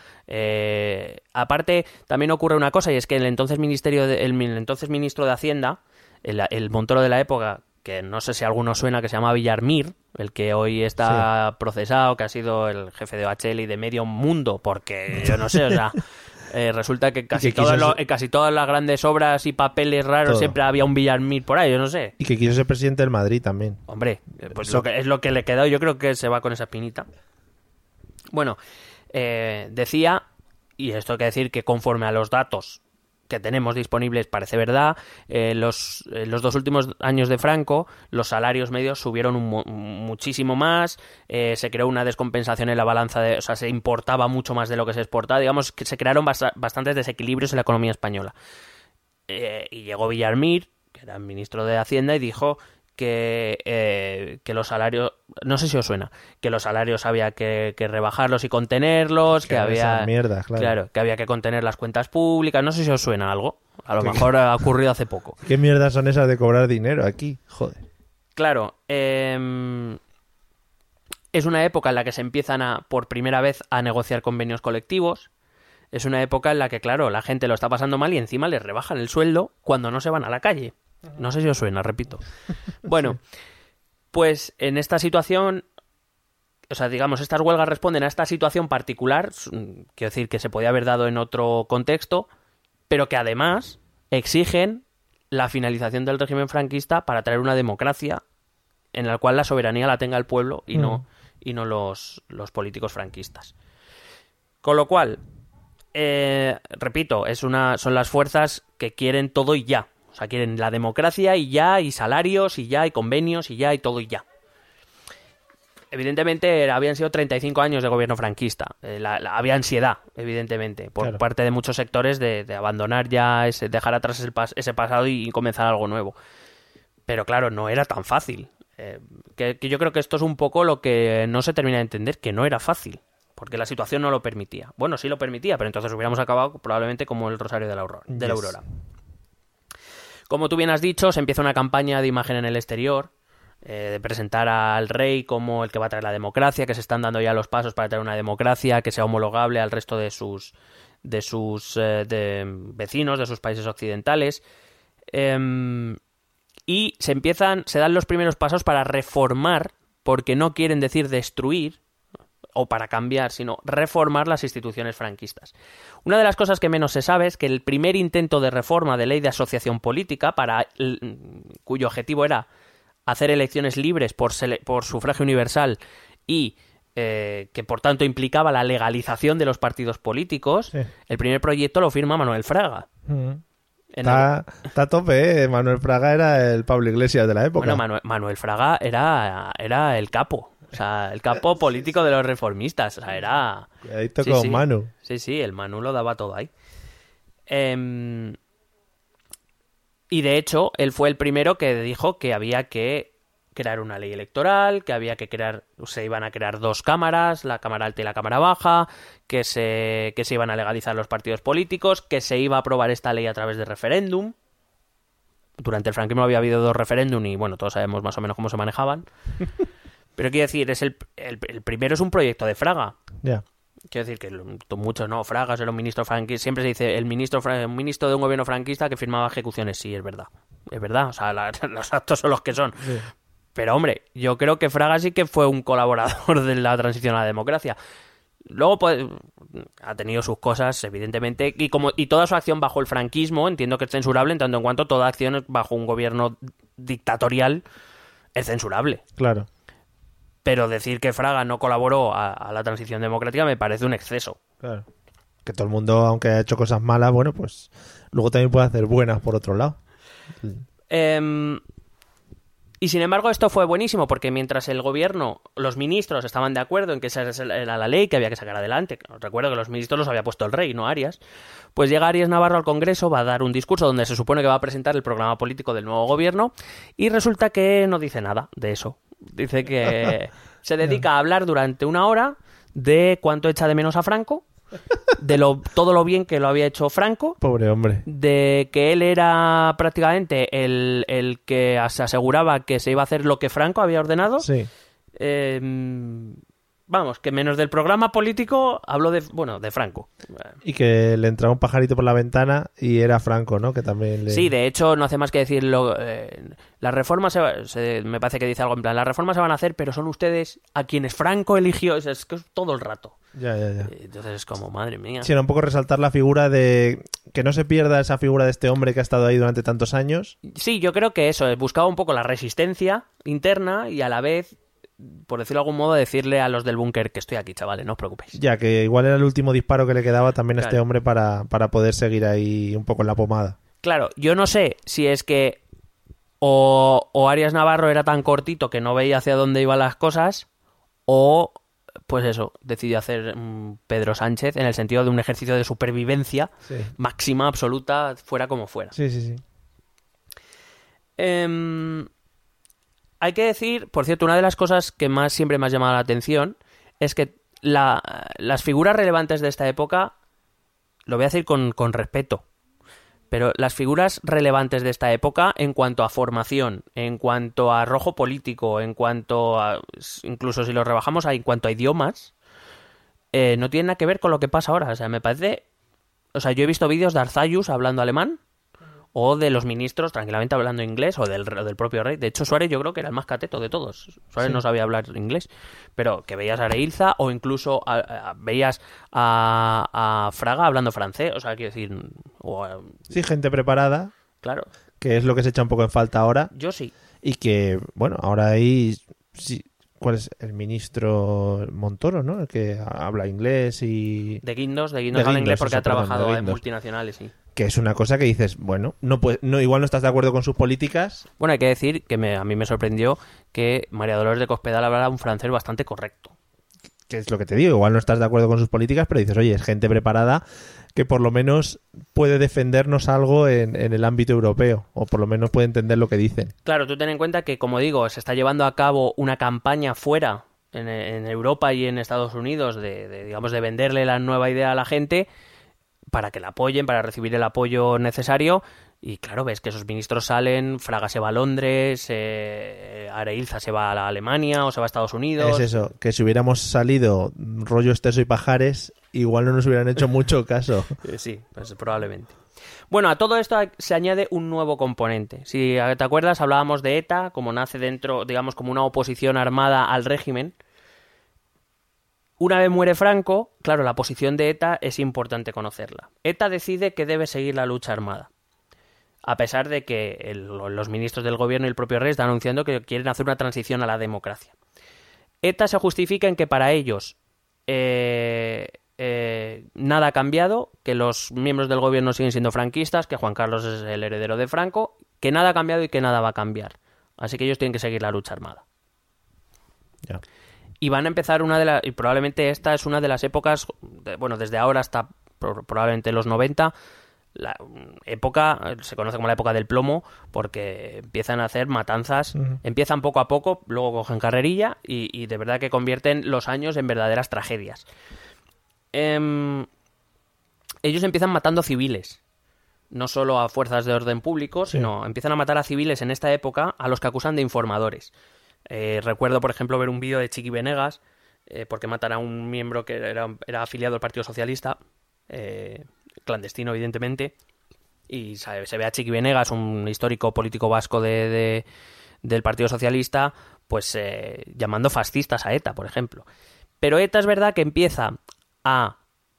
Aparte, también ocurre una cosa, y es que el entonces ministro de Hacienda, el Montoro de la época, que no sé si a alguno suena, que se llama Villarmir, el que hoy está procesado, que ha sido el jefe de OHL y de medio mundo, porque yo no sé, o sea, Resulta que que quiso en casi todas las grandes obras y papeles raros Todo. siempre había un Villarmir por ahí, yo no sé. Y que quiso ser presidente del Madrid también. Hombre, pues es lo que le quedó, yo creo que se va con esa espinita. Bueno, decía, y esto hay que decir que conforme a los datos que tenemos disponibles parece verdad, los 2 últimos años de Franco los salarios medios subieron muchísimo más, se creó una descompensación en la balanza, o sea, se importaba mucho más de lo que se exportaba, digamos que se crearon bastantes desequilibrios en la economía española. Y llegó Villarmir, que era ministro de Hacienda, y dijo que los salarios, no sé si os suena, que los salarios había que rebajarlos y contenerlos, que había esas mierdas, claro. que había que contener las cuentas públicas, no sé si os suena algo, a lo mejor ha ocurrido hace poco. ¿Qué mierdas son esas de cobrar dinero aquí? Joder. Claro, es una época en la que se empiezan por primera vez a negociar convenios colectivos. Es una época en la que, claro, la gente lo está pasando mal y encima les rebajan el sueldo cuando no se van a la calle. No sé si os suena, repito. Bueno, pues en esta situación, o sea, digamos, estas huelgas responden a esta situación particular, quiero decir que se podía haber dado en otro contexto, pero que además exigen la finalización del régimen franquista para traer una democracia en la cual la soberanía la tenga el pueblo y no los políticos franquistas. Con lo cual, repito, son las fuerzas que quieren todo y ya. O sea, quieren la democracia y ya, y salarios y ya, y convenios y ya, y todo y ya. Evidentemente habían sido 35 años de gobierno franquista. Había ansiedad, evidentemente, por parte de muchos sectores de abandonar ya, dejar atrás ese pasado y comenzar algo nuevo. Pero claro, no era tan fácil. Que yo creo que esto es un poco lo que no se termina de entender, que no era fácil. Porque la situación no lo permitía. Bueno, sí lo permitía, pero entonces hubiéramos acabado probablemente como el Rosario de la Aurora. Como tú bien has dicho, se empieza una campaña de imagen en el exterior, de presentar al rey como el que va a traer la democracia, que se están dando ya los pasos para traer una democracia que sea homologable al resto de sus vecinos, de sus países occidentales. Y se dan los primeros pasos para reformar, porque no quieren decir destruir, o para cambiar, sino reformar las instituciones franquistas. Una de las cosas que menos se sabe es que el primer intento de reforma de ley de asociación política, cuyo objetivo era hacer elecciones libres por sufragio universal y que por tanto implicaba la legalización de los partidos políticos, el primer proyecto lo firma Manuel Fraga. Está a tope, ¿eh? Manuel Fraga era el Pablo Iglesias de la época. Bueno, Manuel Fraga era el capo. O sea, el capo político de los reformistas. O sea, era... Cuidadito con Manu. Sí, el Manu lo daba todo ahí. Y de hecho, él fue el primero que dijo que había que crear una ley electoral, que se iban a crear 2 cámaras, la Cámara Alta y la Cámara Baja, que se iban a legalizar los partidos políticos, que se iba a aprobar esta ley a través de referéndum. Durante el franquismo había habido 2 referéndum y, bueno, todos sabemos más o menos cómo se manejaban. Pero quiero decir, el primero es un proyecto de Fraga. Ya. Quiero decir que muchos no, Fraga era un ministro franquista, siempre se dice un ministro de un gobierno franquista que firmaba ejecuciones, sí, es verdad, o sea, los actos son los que son. Sí. Pero hombre, yo creo que Fraga sí que fue un colaborador de la transición a la democracia. Luego pues, ha tenido sus cosas, evidentemente, y toda su acción bajo el franquismo, entiendo que es censurable en tanto en cuanto toda acción bajo un gobierno dictatorial es censurable. Claro. Pero decir que Fraga no colaboró a la transición democrática me parece un exceso. Claro. Que todo el mundo, aunque haya hecho cosas malas, bueno, pues luego también puede hacer buenas por otro lado. Y sin embargo esto fue buenísimo porque mientras el gobierno, los ministros estaban de acuerdo en que esa era la ley que había que sacar adelante, recuerdo que los ministros los había puesto el rey, no Arias, pues llega Arias Navarro al Congreso, va a dar un discurso donde se supone que va a presentar el programa político del nuevo gobierno y resulta que no dice nada de eso. Dice que se dedica a hablar durante 1 hora de cuánto echa de menos a Franco, de todo lo bien que lo había hecho Franco. Pobre hombre. De que él era prácticamente el que se aseguraba que se iba a hacer lo que Franco había ordenado. Sí. Vamos, que menos del programa político habló de Franco. Y que le entraba un pajarito por la ventana y era Franco, ¿no? Que también Sí, de hecho no hace más que decirlo. Las reformas, me parece que dice algo en plan, las reformas se van a hacer, pero son ustedes a quienes Franco eligió. Es que es todo el rato. Ya. Entonces es como, madre mía. Sí, era un poco resaltar la figura de... Que no se pierda esa figura de este hombre que ha estado ahí durante tantos años. Sí, yo creo que eso, buscaba un poco la resistencia interna y a la vez, por decirlo de algún modo, decirle a los del búnker que estoy aquí, chavales, no os preocupéis. Ya, que igual era el último disparo que le quedaba también a este Claro. hombre para poder seguir ahí un poco en la pomada. Claro, yo no sé si es que o Arias Navarro era tan cortito que no veía hacia dónde iban las cosas, o pues eso, decidió hacer Pedro Sánchez en el sentido de un ejercicio de supervivencia Sí. máxima, absoluta, fuera como fuera. Sí. Hay que decir, por cierto, una de las cosas que más siempre me ha llamado la atención es que las figuras relevantes de esta época, lo voy a decir con respeto, pero las figuras relevantes de esta época en cuanto a formación, en cuanto a arrojo político, en cuanto a, incluso si lo rebajamos, en cuanto a idiomas, no tienen nada que ver con lo que pasa ahora. O sea, me parece... O sea, yo he visto vídeos de Arzayus hablando alemán, o de los ministros tranquilamente hablando inglés, o del propio rey. De hecho, Suárez yo creo que era el más cateto de todos. Suárez no sabía hablar inglés, pero que veías a Areilza o incluso veías a Fraga hablando francés. O sea, quiero decir... Sí, gente preparada, Claro, que es lo que se echa un poco en falta ahora. yo sí. Y que, bueno, ahora hay... Sí, ¿cuál es? El ministro Montoro, ¿no? El que habla inglés y... De Guindos habla Guindos, inglés porque eso, ha perdón, trabajado de en Guindos. multinacionales, sí. Que es una cosa que dices, bueno, igual no estás de acuerdo con sus políticas. Bueno, hay que decir que a mí me sorprendió que María Dolores de Cospedal hablara un francés bastante correcto. Que es lo que te digo, igual no estás de acuerdo con sus políticas, pero dices, oye, es gente preparada que por lo menos puede defendernos algo en el ámbito europeo, o por lo menos puede entender lo que dicen. Claro, tú ten en cuenta que, como digo, se está llevando a cabo una campaña fuera, en Europa y en Estados Unidos, digamos, de venderle la nueva idea a la gente para que la apoyen, para recibir el apoyo necesario. Y claro, ves que esos ministros salen, Fraga se va a Londres, Areilza se va a Alemania o se va a Estados Unidos. Es eso, que si hubiéramos salido rollo Esteso y Pajares, igual no nos hubieran hecho mucho caso. Sí, pues probablemente. Bueno, a todo esto se añade un nuevo componente. Si te acuerdas, hablábamos de ETA, como nace dentro, digamos, como una oposición armada al régimen. Una vez muere Franco, claro, la posición de ETA es importante conocerla. ETA decide que debe seguir la lucha armada, a pesar de que los ministros del gobierno y el propio rey están anunciando que quieren hacer una transición a la democracia. ETA se justifica en que para ellos nada ha cambiado, que los miembros del gobierno siguen siendo franquistas, que Juan Carlos es el heredero de Franco, que nada ha cambiado y que nada va a cambiar. Así que ellos tienen que seguir la lucha armada. Ya. Y van a empezar y probablemente esta es una de las épocas, bueno, desde ahora hasta probablemente los 90, la época, se conoce como la época del plomo, porque empiezan a hacer matanzas, empiezan poco a poco, luego cogen carrerilla y de verdad que convierten los años en verdaderas tragedias. Ellos empiezan matando civiles, no solo a fuerzas de orden público, sino empiezan a matar a civiles en esta época a los que acusan de informadores. Recuerdo, por ejemplo, ver un vídeo de Chiqui Venegas, porque matan a un miembro que era afiliado al Partido Socialista, clandestino, evidentemente, y se ve a Chiqui Venegas, un histórico político vasco del Partido Socialista, pues llamando fascistas a ETA, por ejemplo. Pero ETA es verdad que empieza a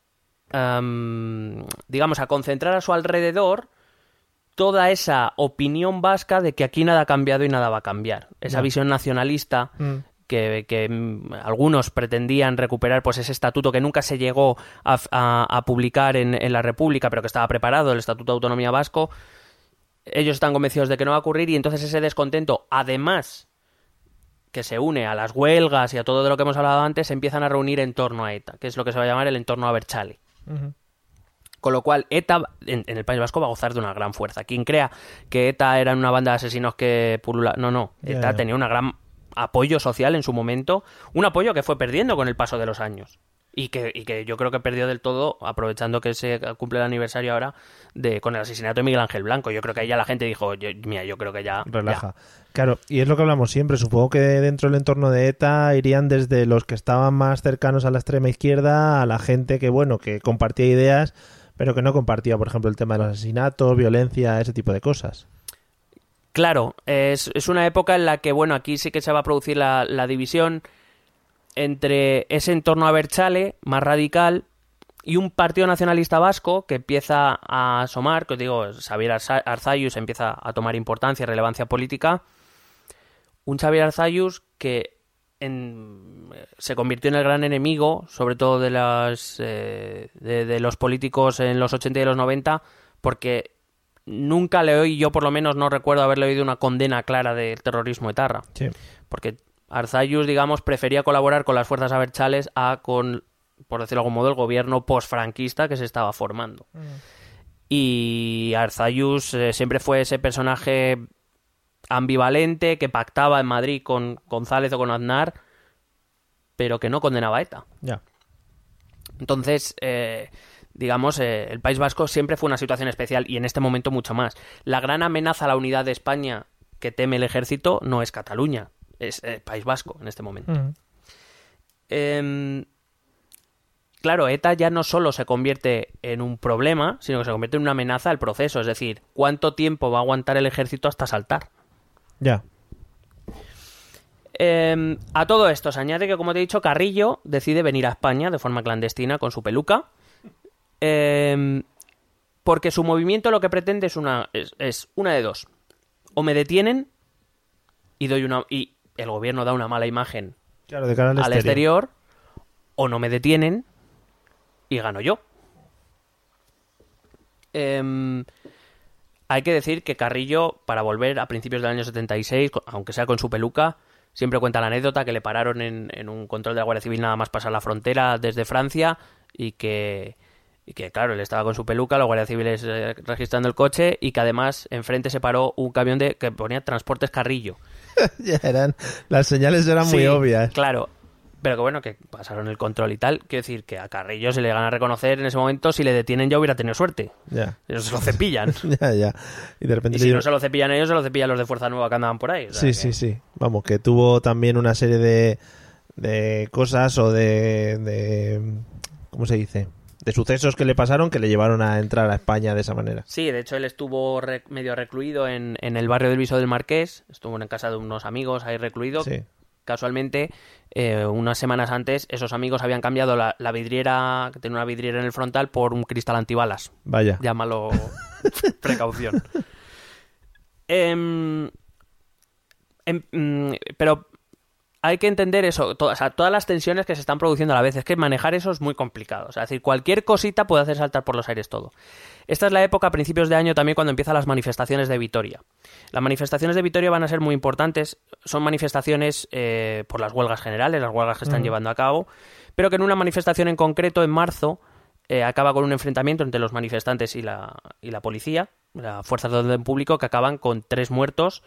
digamos, a concentrar a su alrededor toda esa opinión vasca de que aquí nada ha cambiado y nada va a cambiar. Esa visión nacionalista que algunos pretendían recuperar, pues ese estatuto que nunca se llegó a publicar en la República, pero que estaba preparado, el Estatuto de Autonomía Vasco. Ellos están convencidos de que no va a ocurrir y entonces ese descontento, además que se une a las huelgas y a todo de lo que hemos hablado antes, se empiezan a reunir en torno a ETA, que es lo que se va a llamar el entorno Abertzale. Con lo cual, ETA en el País Vasco va a gozar de una gran fuerza. Quien crea que ETA era una banda de asesinos que pulula... No. ETA tenía un gran apoyo social en su momento, un apoyo que fue perdiendo con el paso de los años. Y que yo creo que perdió del todo, aprovechando que se cumple el aniversario ahora con el asesinato de Miguel Ángel Blanco. Yo creo que ahí ya la gente dijo, yo creo que ya... Relaja. Ya. Claro, y es lo que hablamos siempre. Supongo que dentro del entorno de ETA irían desde los que estaban más cercanos a la extrema izquierda a la gente que, bueno, que compartía ideas, pero que no compartía, por ejemplo, el tema de los asesinatos, violencia, ese tipo de cosas. Claro, es una época en la que, bueno, aquí sí que se va a producir la división. entre ese entorno abertzale más radical y un partido nacionalista vasco que empieza a asomar, que os digo, Xabier Arzalluz empieza a tomar importancia y relevancia política. Un Xabier Arzalluz que se convirtió en el gran enemigo, sobre todo de los políticos en los 80 y los 90, porque nunca le oí, yo por lo menos no recuerdo haberle oído una condena clara del terrorismo etarra. Sí. Porque Arzalluz, digamos, prefería colaborar con las fuerzas abertzales con, por decirlo de algún modo, el gobierno posfranquista que se estaba formando. Y Arzalluz siempre fue ese personaje ambivalente que pactaba en Madrid con González o con Aznar, pero que no condenaba a ETA. Ya. Entonces, digamos, el País Vasco siempre fue una situación especial y en este momento mucho más. La gran amenaza a la unidad de España que teme el ejército no es Cataluña, es el País Vasco en este momento. Claro, ETA ya no solo se convierte en un problema, sino que se convierte en una amenaza al proceso. Es decir, ¿cuánto tiempo va a aguantar el ejército hasta saltar? Ya. A todo esto se añade que, como te he dicho, Carrillo decide venir a España de forma clandestina con su peluca, porque su movimiento lo que pretende es una de dos: o me detienen y el gobierno da una mala imagen, Claro, de cara al exterior, o no me detienen y gano yo. Hay que decir que Carrillo, para volver a principios del año 76, aunque sea con su peluca, siempre cuenta la anécdota que le pararon en un control de la Guardia Civil nada más pasar la frontera desde Francia y que claro, él estaba con su peluca, los guardias civiles registrando el coche y que además enfrente se paró un camión que ponía Transportes Carrillo. Las señales eran muy Sí, obvias. Claro, pero que bueno, que pasaron el control y tal. Quiero decir que a Carrillo se le gana a reconocer en ese momento, si le detienen ya hubiera tenido suerte. Ya. Ellos se lo cepillan. Ya. Y de repente Y si no se lo cepillan ellos, se lo cepillan los de Fuerza Nueva que andaban por ahí. O sea Sí. Vamos, que tuvo también una serie de cosas o de ¿cómo se dice? De sucesos que le pasaron que le llevaron a entrar a España de esa manera. Sí, de hecho él estuvo medio recluido en el barrio del Viso del Marqués. Estuvo en casa de unos amigos ahí recluido. Sí. Casualmente, unas semanas antes, esos amigos habían cambiado la vidriera, que tenía una vidriera en el frontal, por un cristal antibalas. Vaya. Llámalo precaución. Pero hay que entender eso, todas las tensiones que se están produciendo a la vez. Es que manejar eso es muy complicado. O sea, es decir, cualquier cosita puede hacer saltar por los aires todo. Esta es la época, a principios de año, también cuando empiezan las manifestaciones de Vitoria. Las manifestaciones de Vitoria van a ser muy importantes. Son manifestaciones por las huelgas generales, las huelgas que están llevando a cabo, pero que en una manifestación en concreto, en marzo, acaba con un enfrentamiento entre los manifestantes y la policía, las fuerzas de orden público, que acaban con 3 muertos,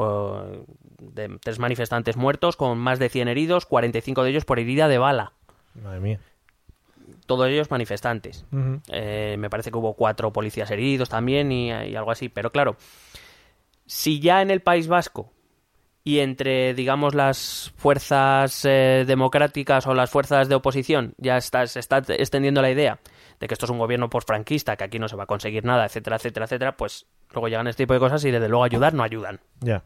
3 manifestantes muertos, con más de 100 heridos, 45 de ellos por herida de bala. Madre mía. Todos ellos manifestantes. Ujú. Me parece que hubo 4 policías heridos también y algo así. Pero claro, si ya en el País Vasco y entre, digamos, las fuerzas democráticas o las fuerzas de oposición ya se está extendiendo la idea de que esto es un gobierno postfranquista, que aquí no se va a conseguir nada, etcétera, etcétera, etcétera, pues luego llegan este tipo de cosas y desde luego ayudar no ayudan. Ya.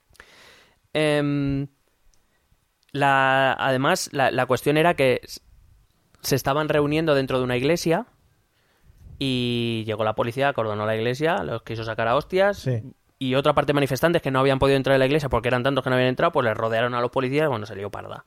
Además, la cuestión era que se estaban reuniendo dentro de una iglesia y llegó la policía, acordonó la iglesia, los quiso sacar a hostias. Sí. Y otra parte de manifestantes que no habían podido entrar en la iglesia porque eran tantos que no habían entrado, pues les rodearon a los policías. Bueno, se lió parda.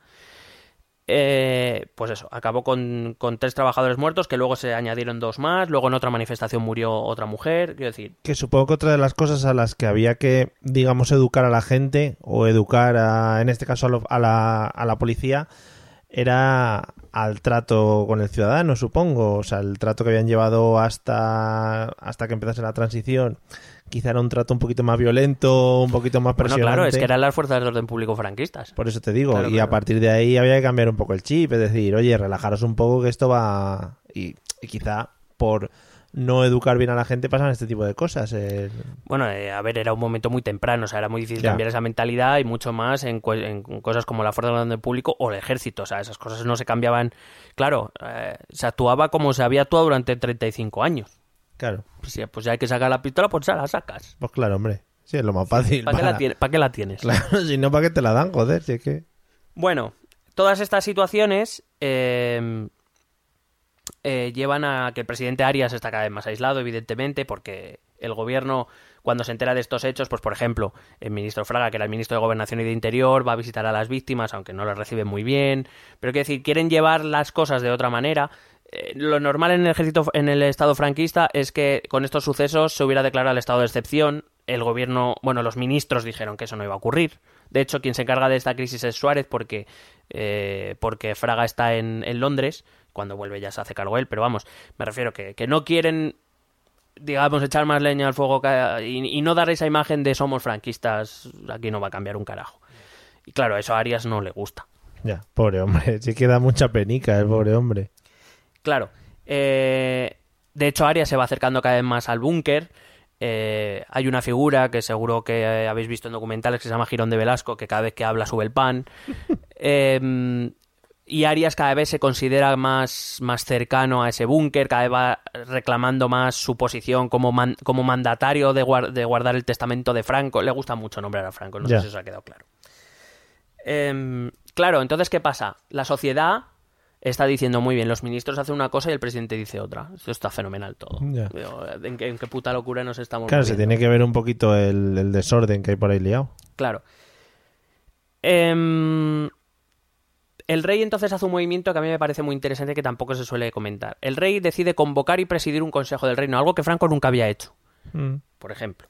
Pues eso, acabó con 3 trabajadores muertos, que luego se añadieron 2 más. Luego en otra manifestación murió otra mujer. Quiero decir, Que supongo que otra de las cosas a las que había que, digamos, educar a la gente o educar, en este caso, a la policía, era al trato con el ciudadano, supongo. O sea, el trato que habían llevado hasta que empezase la transición. Quizá era un trato un poquito más violento, un poquito más bueno, presionante. claro, es que eran las fuerzas de orden público franquistas. Por eso te digo, Claro, y claro. a partir de ahí había que cambiar un poco el chip, es decir, oye, relajaros un poco que esto va... Y quizá por no educar bien a la gente pasan este tipo de cosas. Bueno, a ver, era un momento muy temprano, o sea, era muy difícil Ya. cambiar esa mentalidad y mucho más en cosas como la fuerza de orden público o el ejército. O sea, esas cosas no se cambiaban. Claro, se actuaba como se había actuado durante 35 años. Claro, Pues ya hay que sacar la pistola, pues ya la sacas. pues claro, hombre. Sí, es lo más fácil. ¿Para qué la tienes? Claro, si no, ¿para qué te la dan, joder? Si es que... Bueno, todas estas situaciones llevan a que el presidente Arias está cada vez más aislado, evidentemente, porque el gobierno, cuando se entera de estos hechos, pues por ejemplo, el ministro Fraga, que era el ministro de Gobernación y de Interior, va a visitar a las víctimas, aunque no las reciben muy bien, pero quiero decir, quieren llevar las cosas de otra manera. Lo normal en el ejército, en el estado franquista, es que con estos sucesos se hubiera declarado el estado de excepción. El gobierno, bueno, los ministros dijeron que eso no iba a ocurrir. De hecho, quien se encarga de esta crisis es Suárez, porque Fraga está en Londres. Cuando vuelve ya se hace cargo él, pero vamos, me refiero que no quieren, digamos, echar más leña al fuego y no dar esa imagen de somos franquistas, aquí no va a cambiar un carajo. Y claro, eso a Arias no le gusta. Ya, pobre hombre, sí que da mucha penica el pobre hombre. Claro. De hecho, Arias se va acercando cada vez más al búnker. Hay una figura que seguro que habéis visto en documentales que se llama Girón de Velasco, que cada vez que habla sube el pan. Y Arias cada vez se considera más cercano a ese búnker, cada vez va reclamando más su posición como mandatario de guardar el testamento de Franco. Le gusta mucho nombrar a Franco, no sé si eso ha quedado claro. Claro, entonces, ¿qué pasa? La sociedad está diciendo muy bien, los ministros hacen una cosa y el presidente dice otra. Esto está fenomenal todo. Ya. ¿En qué puta locura nos estamos Claro, moviendo? se tiene que ver un poquito el desorden que hay por ahí liado. Claro. El rey entonces hace un movimiento que a mí me parece muy interesante, que tampoco se suele comentar. El rey decide convocar y presidir un consejo del reino, algo que Franco nunca había hecho, por ejemplo.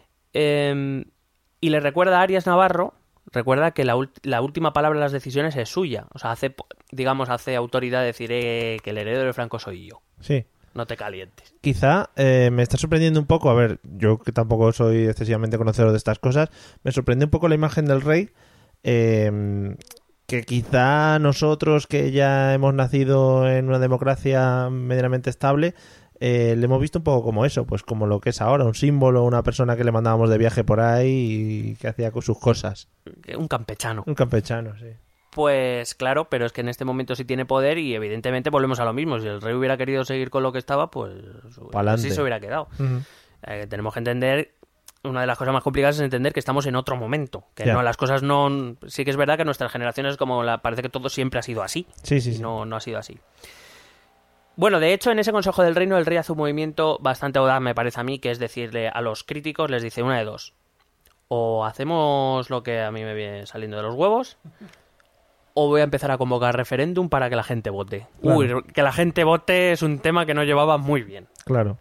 Y le recuerda a Arias Navarro, recuerda que la última palabra en las decisiones es suya. O sea, hace autoridad decir que el heredero de Franco soy yo. Sí. No te calientes. Quizá me está sorprendiendo un poco, a ver, yo que tampoco soy excesivamente conocedor de estas cosas, me sorprende un poco la imagen del rey, que quizá nosotros que ya hemos nacido en una democracia medianamente estable, le hemos visto un poco como eso, pues como lo que es ahora, un símbolo, una persona que le mandábamos de viaje por ahí y que hacía con sus cosas. Un campechano. Un campechano, sí. Pues claro, pero es que en este momento sí tiene poder y evidentemente volvemos a lo mismo. Si el rey hubiera querido seguir con lo que estaba, pues Pa'lante. así se hubiera quedado. Uh-huh. Tenemos que entender, una de las cosas más complicadas es entender que estamos en otro momento. Que Ya. no, las cosas no... Sí que es verdad que nuestras generaciones parece que todo siempre ha sido así. Sí, sí, Y sí. no ha sido así. Bueno, de hecho, en ese Consejo del Reino el rey hace un movimiento bastante audaz, me parece a mí, que es decirle a los críticos, les dice una de dos. O hacemos lo que a mí me viene saliendo de los huevos, o voy a empezar a convocar referéndum para que la gente vote. Claro. Uy, que la gente vote es un tema que no llevaba muy bien. Claro.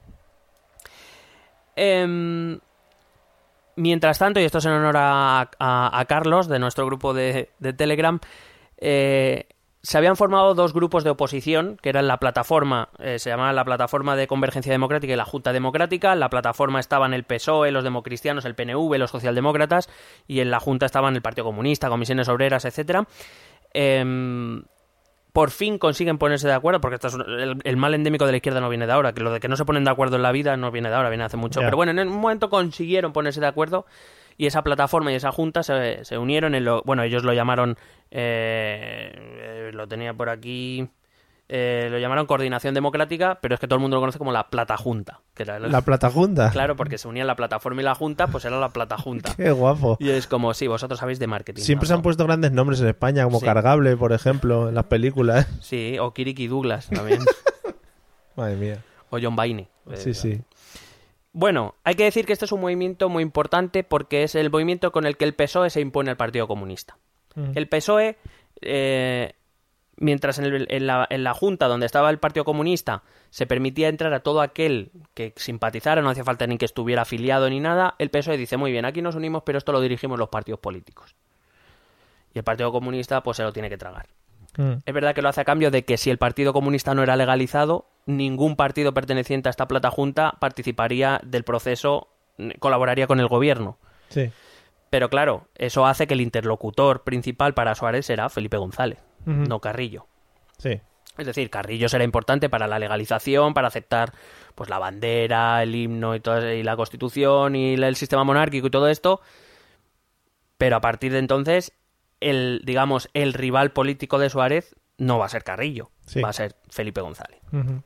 Mientras tanto, y esto es en honor a Carlos, de nuestro grupo de Telegram, se habían formado dos grupos de oposición, que eran la plataforma, se llamaba la Plataforma de Convergencia Democrática y la Junta Democrática. En la plataforma estaban el PSOE, los democristianos, el PNV, los socialdemócratas, y en la Junta estaban el Partido Comunista, Comisiones Obreras, etcétera. Por fin consiguen ponerse de acuerdo, porque esto es el mal endémico de la izquierda no viene de ahora, que lo de que no se ponen de acuerdo en la vida no viene de ahora, viene hace mucho. Ya. Pero bueno, en un momento consiguieron ponerse de acuerdo y esa plataforma y esa junta se unieron bueno, ellos lo llamaron, lo tenía por aquí, lo llamaron Coordinación Democrática, pero es que todo el mundo lo conoce como la Platajunta. Que era La Platajunta. Claro, porque se unían la plataforma y la junta, pues era la Platajunta. Qué guapo. Y es como, sí, vosotros sabéis de marketing. Siempre se ¿no? han puesto grandes nombres en España, como Sí. Cargable, por ejemplo, en las películas. Sí, o Kiriki Douglas también. Madre mía. O John Baine. Sí, sí. Bueno, hay que decir que este es un movimiento muy importante porque es el movimiento con el que el PSOE se impone al Partido Comunista. El PSOE, mientras en la Junta donde estaba el Partido Comunista se permitía entrar a todo aquel que simpatizara, no hacía falta ni que estuviera afiliado ni nada, el PSOE dice, muy bien, aquí nos unimos, pero esto lo dirigimos los partidos políticos. Y el Partido Comunista pues se lo tiene que tragar. Es verdad que lo hace a cambio de que si el Partido Comunista no era legalizado, ningún partido perteneciente a esta platajunta participaría del proceso, colaboraría con el gobierno. Sí. Pero claro, eso hace que el interlocutor principal para Suárez será Felipe González, no Carrillo. Sí. Es decir, Carrillo será importante para la legalización, para aceptar pues la bandera, el himno y la Constitución y el sistema monárquico y todo esto. Pero a partir de entonces, el rival político de Suárez no va a ser Carrillo, Sí. va a ser Felipe González. Ujú.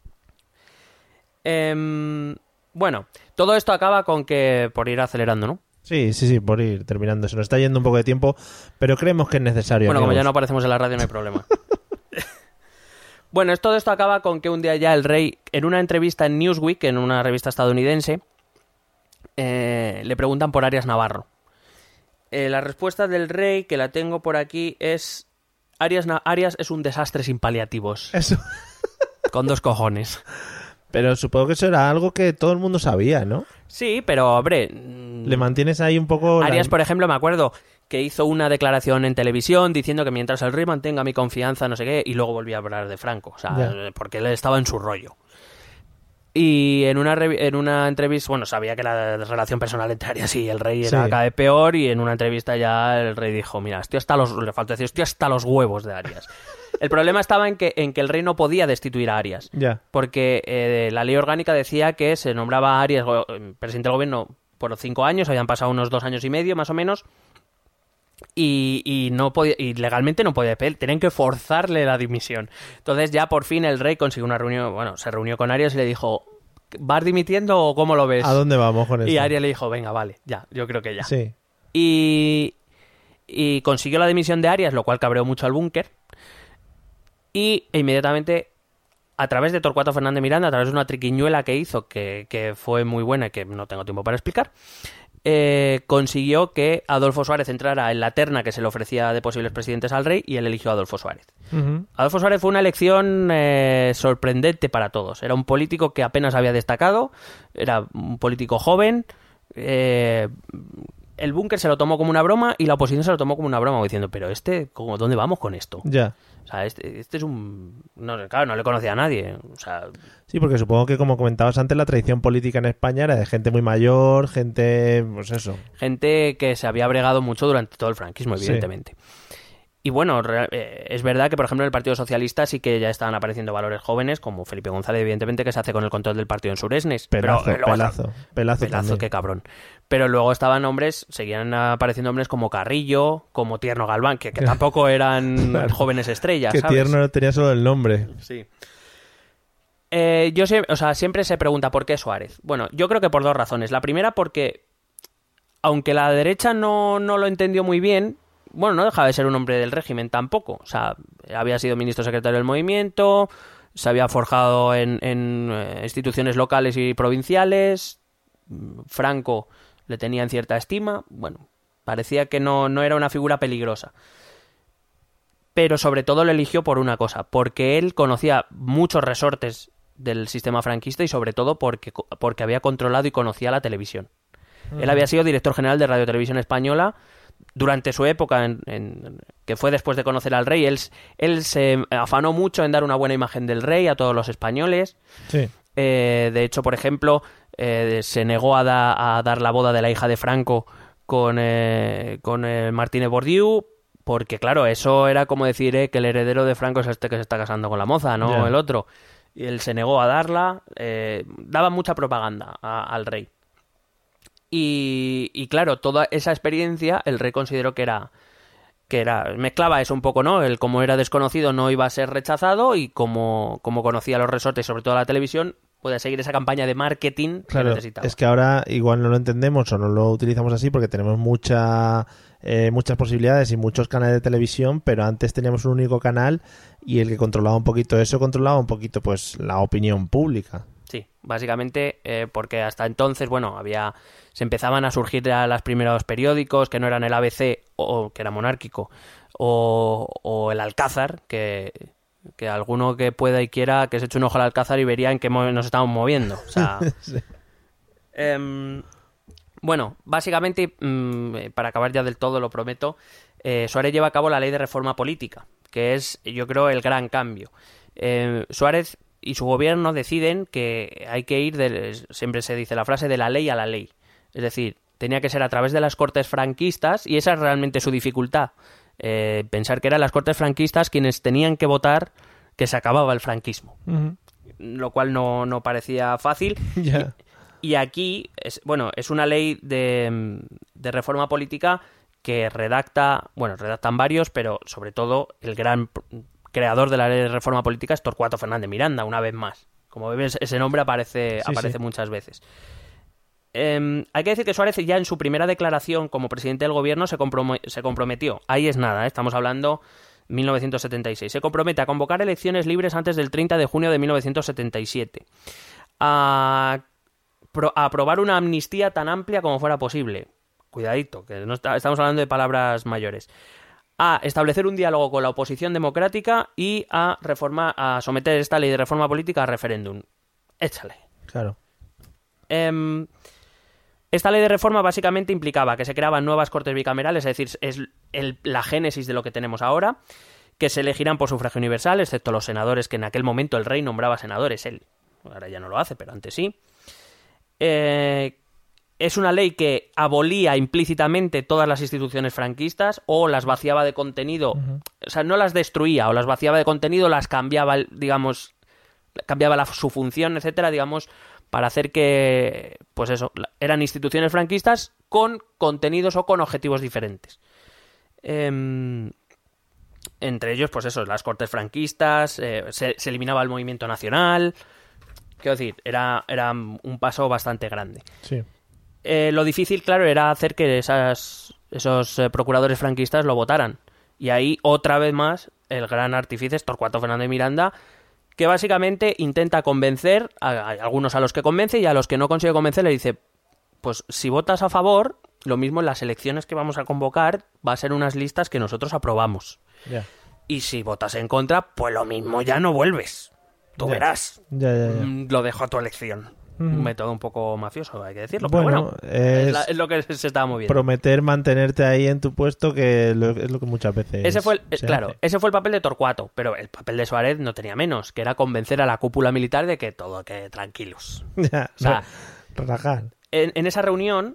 Bueno, todo esto acaba con que, por ir acelerando, ¿no? Sí, por ir terminando. Se nos está yendo un poco de tiempo, pero creemos que es necesario. Bueno, como amigos. ya no aparecemos en la radio, no hay problema. Bueno, todo esto acaba con que un día ya el rey, en una entrevista en Newsweek, en una revista estadounidense, le preguntan por Arias Navarro. La respuesta del rey, que la tengo por aquí, es: Arias es un desastre sin paliativos. Eso. Con 2 cojones. Pero supongo que eso era algo que todo el mundo sabía, ¿no? Sí, pero, hombre... Le mantienes ahí un poco... Arias, por ejemplo, me acuerdo que hizo una declaración en televisión diciendo que mientras el rey mantenga mi confianza, no sé qué, y luego volvió a hablar de Franco, o sea, Ya. porque él estaba en su rollo. Y en una entrevista, bueno, sabía que la relación personal entre Arias y el rey era Sí. cada vez peor, y en una entrevista ya el rey dijo: mira, estoy hasta los huevos de Arias. El problema estaba en que el rey no podía destituir a Arias. Ya. Porque la ley orgánica decía que se nombraba a Arias presidente del gobierno por 5 años, habían pasado unos 2 años y medio más o menos, y no podía, y legalmente no podía despedir, tenían que forzarle la dimisión. Entonces ya por fin el rey consiguió una reunión, bueno, se reunió con Arias y le dijo: ¿vas dimitiendo o cómo lo ves? ¿A dónde vamos con eso? Y Arias le dijo: venga, vale, ya, yo creo que ya. Sí. Y consiguió la dimisión de Arias, lo cual cabreó mucho al búnker. E inmediatamente, a través de Torcuato Fernández Miranda, a través de una triquiñuela que hizo, que fue muy buena y que no tengo tiempo para explicar, consiguió que Adolfo Suárez entrara en la terna que se le ofrecía de posibles presidentes al rey, y él eligió a Adolfo Suárez. Ujú. Adolfo Suárez fue una elección sorprendente para todos. Era un político que apenas había destacado, era un político joven. El búnker se lo tomó como una broma y la oposición se lo tomó como una broma, diciendo: pero ¿dónde vamos con esto? Ya. O sea, este es un... No, claro, no le conocía a nadie. O sea, Sí, porque supongo que, como comentabas antes, la tradición política en España era de gente muy mayor, gente... pues eso. gente que se había bregado mucho durante todo el franquismo, evidentemente. Y bueno, es verdad que, por ejemplo, en el Partido Socialista sí que ya estaban apareciendo valores jóvenes, como Felipe González, evidentemente, que se hace con el control del partido en Suresnes. Pelazo Pelazo, también. qué cabrón. Pero luego estaban hombres, seguían apareciendo hombres como Carrillo, como Tierno Galván, que tampoco eran Claro. jóvenes estrellas, Que ¿sabes? Tierno tenía solo el nombre. Sí. Siempre se pregunta por qué Suárez. Bueno, yo creo que por 2 razones. La primera, porque aunque la derecha no lo entendió muy bien, bueno, no dejaba de ser un hombre del régimen tampoco. O sea, había sido ministro secretario del movimiento, se había forjado en instituciones locales y provinciales. Franco le tenía en cierta estima. Bueno, parecía que no era una figura peligrosa. Pero sobre todo lo eligió por una cosa, porque él conocía muchos resortes del sistema franquista, y sobre todo porque había controlado y conocía la televisión. Él había sido director general de Radio Televisión Española durante su época, que fue después de conocer al rey. Él se afanó mucho en dar una buena imagen del rey a todos los españoles. Sí. De hecho, por ejemplo, se negó a dar la boda de la hija de Franco con Martínez Bordiú, porque claro, eso era como decir que el heredero de Franco es este que se está casando con la moza, no Ya. el otro. Y él se negó a darla. Daba mucha propaganda al rey. Y claro, toda esa experiencia el rey consideró que era mezclaba eso un poco, ¿no? El como era desconocido no iba a ser rechazado, y como conocía los resortes, sobre todo la televisión, podía seguir esa campaña de marketing que Claro, necesitaba. es que ahora igual no lo entendemos o no lo utilizamos así porque tenemos muchas posibilidades y muchos canales de televisión, pero antes teníamos un único canal y el que controlaba un poquito eso, controlaba un poquito pues la opinión pública. Sí, básicamente porque hasta entonces, bueno, se empezaban a surgir ya los primeros periódicos que no eran el ABC, o que era monárquico, o el Alcázar, que alguno que pueda y quiera que se eche un ojo al Alcázar y vería en qué nos estamos moviendo. O sea, Sí. bueno, básicamente, para acabar ya del todo, lo prometo, Suárez lleva a cabo la ley de reforma política, que es, yo creo, el gran cambio. Suárez y su gobierno deciden que hay que ir, siempre se dice la frase, de la ley a la ley. Es decir, tenía que ser a través de las Cortes franquistas, y esa es realmente su dificultad. Pensar que eran las Cortes franquistas quienes tenían que votar que se acababa el franquismo. Ujú. Lo cual no parecía fácil. Ya. Y aquí, es una ley de reforma política que redactan varios, pero sobre todo el gran creador de la ley de reforma política es Torcuato Fernández Miranda, una vez más. Como ves, ese nombre aparece Sí. muchas veces. Hay que decir que Suárez ya en su primera declaración como presidente del gobierno se comprometió. Ahí es nada, estamos hablando 1976. Se compromete a convocar elecciones libres antes del 30 de junio de 1977. A aprobar una amnistía tan amplia como fuera posible. Cuidadito, que no estamos hablando de palabras mayores. A establecer un diálogo con la oposición democrática y a someter esta ley de reforma política a referéndum. Échale. Claro. Esta ley de reforma básicamente implicaba que se creaban nuevas cortes bicamerales, es decir, es la génesis de lo que tenemos ahora, que se elegirán por sufragio universal, excepto los senadores, que en aquel momento el rey nombraba senadores, él. Ahora ya no lo hace, pero antes sí. Es una ley que abolía implícitamente todas las instituciones franquistas o las vaciaba de contenido, o sea, no las destruía o las vaciaba de contenido, las cambiaba, digamos, cambiaba su función, etcétera, digamos, para hacer que, pues eso, eran instituciones franquistas con contenidos o con objetivos diferentes. Entre ellos, pues eso, las cortes franquistas, se eliminaba el movimiento nacional. Quiero decir, era un paso bastante grande. Sí. Lo difícil, claro, era hacer que esos procuradores franquistas lo votaran. Y ahí, otra vez más, el gran artífice es Torcuato Fernández Miranda, que básicamente intenta convencer a algunos a los que convence y a los que no consigue convencer le dice, pues si votas a favor, lo mismo en las elecciones que vamos a convocar va a ser unas listas que nosotros aprobamos. Yeah. Y si votas en contra, pues lo mismo ya no vuelves. Tú verás. Ya. Lo dejo a tu elección. Un método un poco mafioso, hay que decirlo. Bueno, pero bueno, es lo que se estaba moviendo. Prometer mantenerte ahí en tu puesto, que es lo que muchas veces ese fue hace. Ese fue el papel de Torcuato, pero el papel de Suárez no tenía menos, que era convencer a la cúpula militar de que todo, que tranquilos. Ya, o sea, relajar. En esa reunión,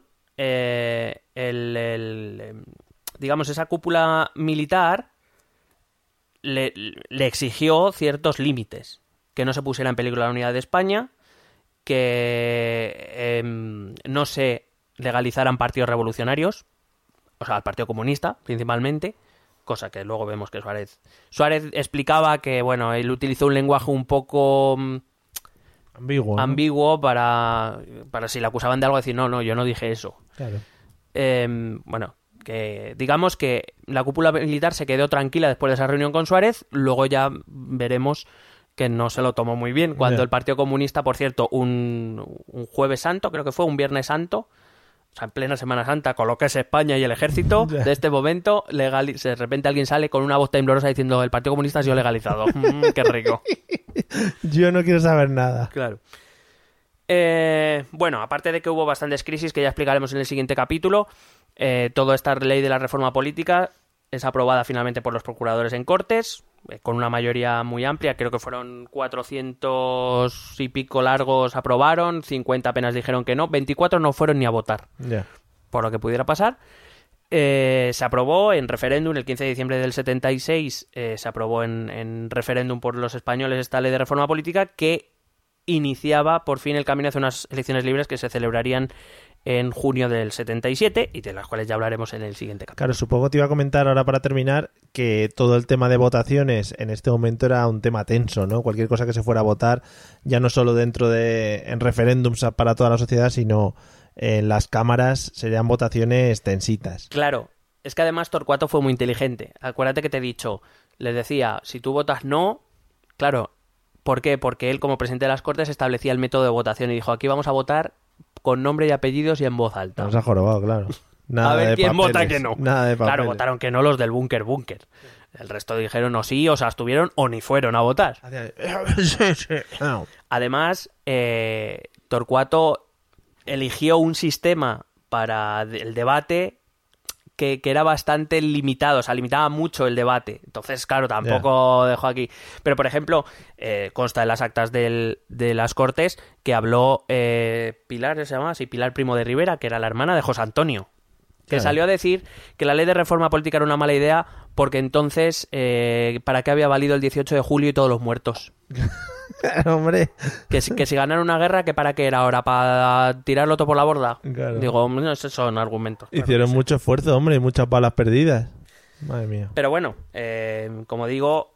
digamos, esa cúpula militar le exigió ciertos límites, que no se pusiera en peligro la unidad de España, que no se legalizaran partidos revolucionarios, o sea, el Partido Comunista principalmente, cosa que luego vemos que Suárez explicaba que, bueno, él utilizó un lenguaje un poco ambiguo, ¿no? para si le acusaban de algo decir, no, yo no dije eso. Claro. Bueno, que digamos que la cúpula militar se quedó tranquila después de esa reunión con Suárez, luego ya veremos que no se lo tomó muy bien. Cuando el Partido Comunista, por cierto, un jueves santo, creo que fue, un viernes santo, o sea, en plena Semana Santa, con lo que es España y el ejército, de este momento, de repente alguien sale con una voz temblorosa diciendo el Partido Comunista ha sido legalizado. ¡Qué rico! Yo no quiero saber nada. Claro. Bueno, aparte de que hubo bastantes crisis, que ya explicaremos en el siguiente capítulo, toda esta ley de la reforma política es aprobada finalmente por los procuradores en Cortes, con una mayoría muy amplia. Creo que fueron 400 y pico largos aprobaron, 50 apenas dijeron que no, 24 no fueron ni a votar, por lo que pudiera pasar. Se aprobó en referéndum el 15 de diciembre del 76, se aprobó en referéndum por los españoles esta ley de reforma política que iniciaba por fin el camino hacia unas elecciones libres que se celebrarían en junio del 77 y de las cuales ya hablaremos en el siguiente capítulo. Claro, supongo que te iba a comentar ahora para terminar que todo el tema de votaciones en este momento era un tema tenso, ¿no? Cualquier cosa que se fuera a votar, ya no solo en referéndums para toda la sociedad, sino en las cámaras serían votaciones tensitas. Claro, es que además Torcuato fue muy inteligente. Acuérdate que te he dicho, les decía, si tú votas no, claro, ¿por qué? Porque él como presidente de las Cortes establecía el método de votación y dijo, aquí vamos a votar con nombre y apellidos y en voz alta. Nos ha jorobado, claro. Nada a ver de quién papeles, vota que no. Nada de papeles. Claro, votaron que no los del búnker. El resto dijeron o sí, o se abstuvieron o ni fueron a votar. Además, Torcuato eligió un sistema para el debate que era bastante limitado, o sea, limitaba mucho el debate. Entonces, claro, tampoco dejó aquí. Pero, por ejemplo, consta en las actas de las Cortes que habló Pilar, se llama así, Pilar Primo de Rivera, que era la hermana de José Antonio, que salió a decir que la ley de reforma política era una mala idea porque entonces, ¿para qué había valido el 18 de julio y todos los muertos? Claro, hombre. Que si ganar una guerra, ¿que para qué era ahora? ¿Para tirarlo todo por la borda? Claro. Digo, no, esos son argumentos. Hicieron claro, mucho esfuerzo, hombre, y muchas balas perdidas. Madre mía. Pero bueno, como digo,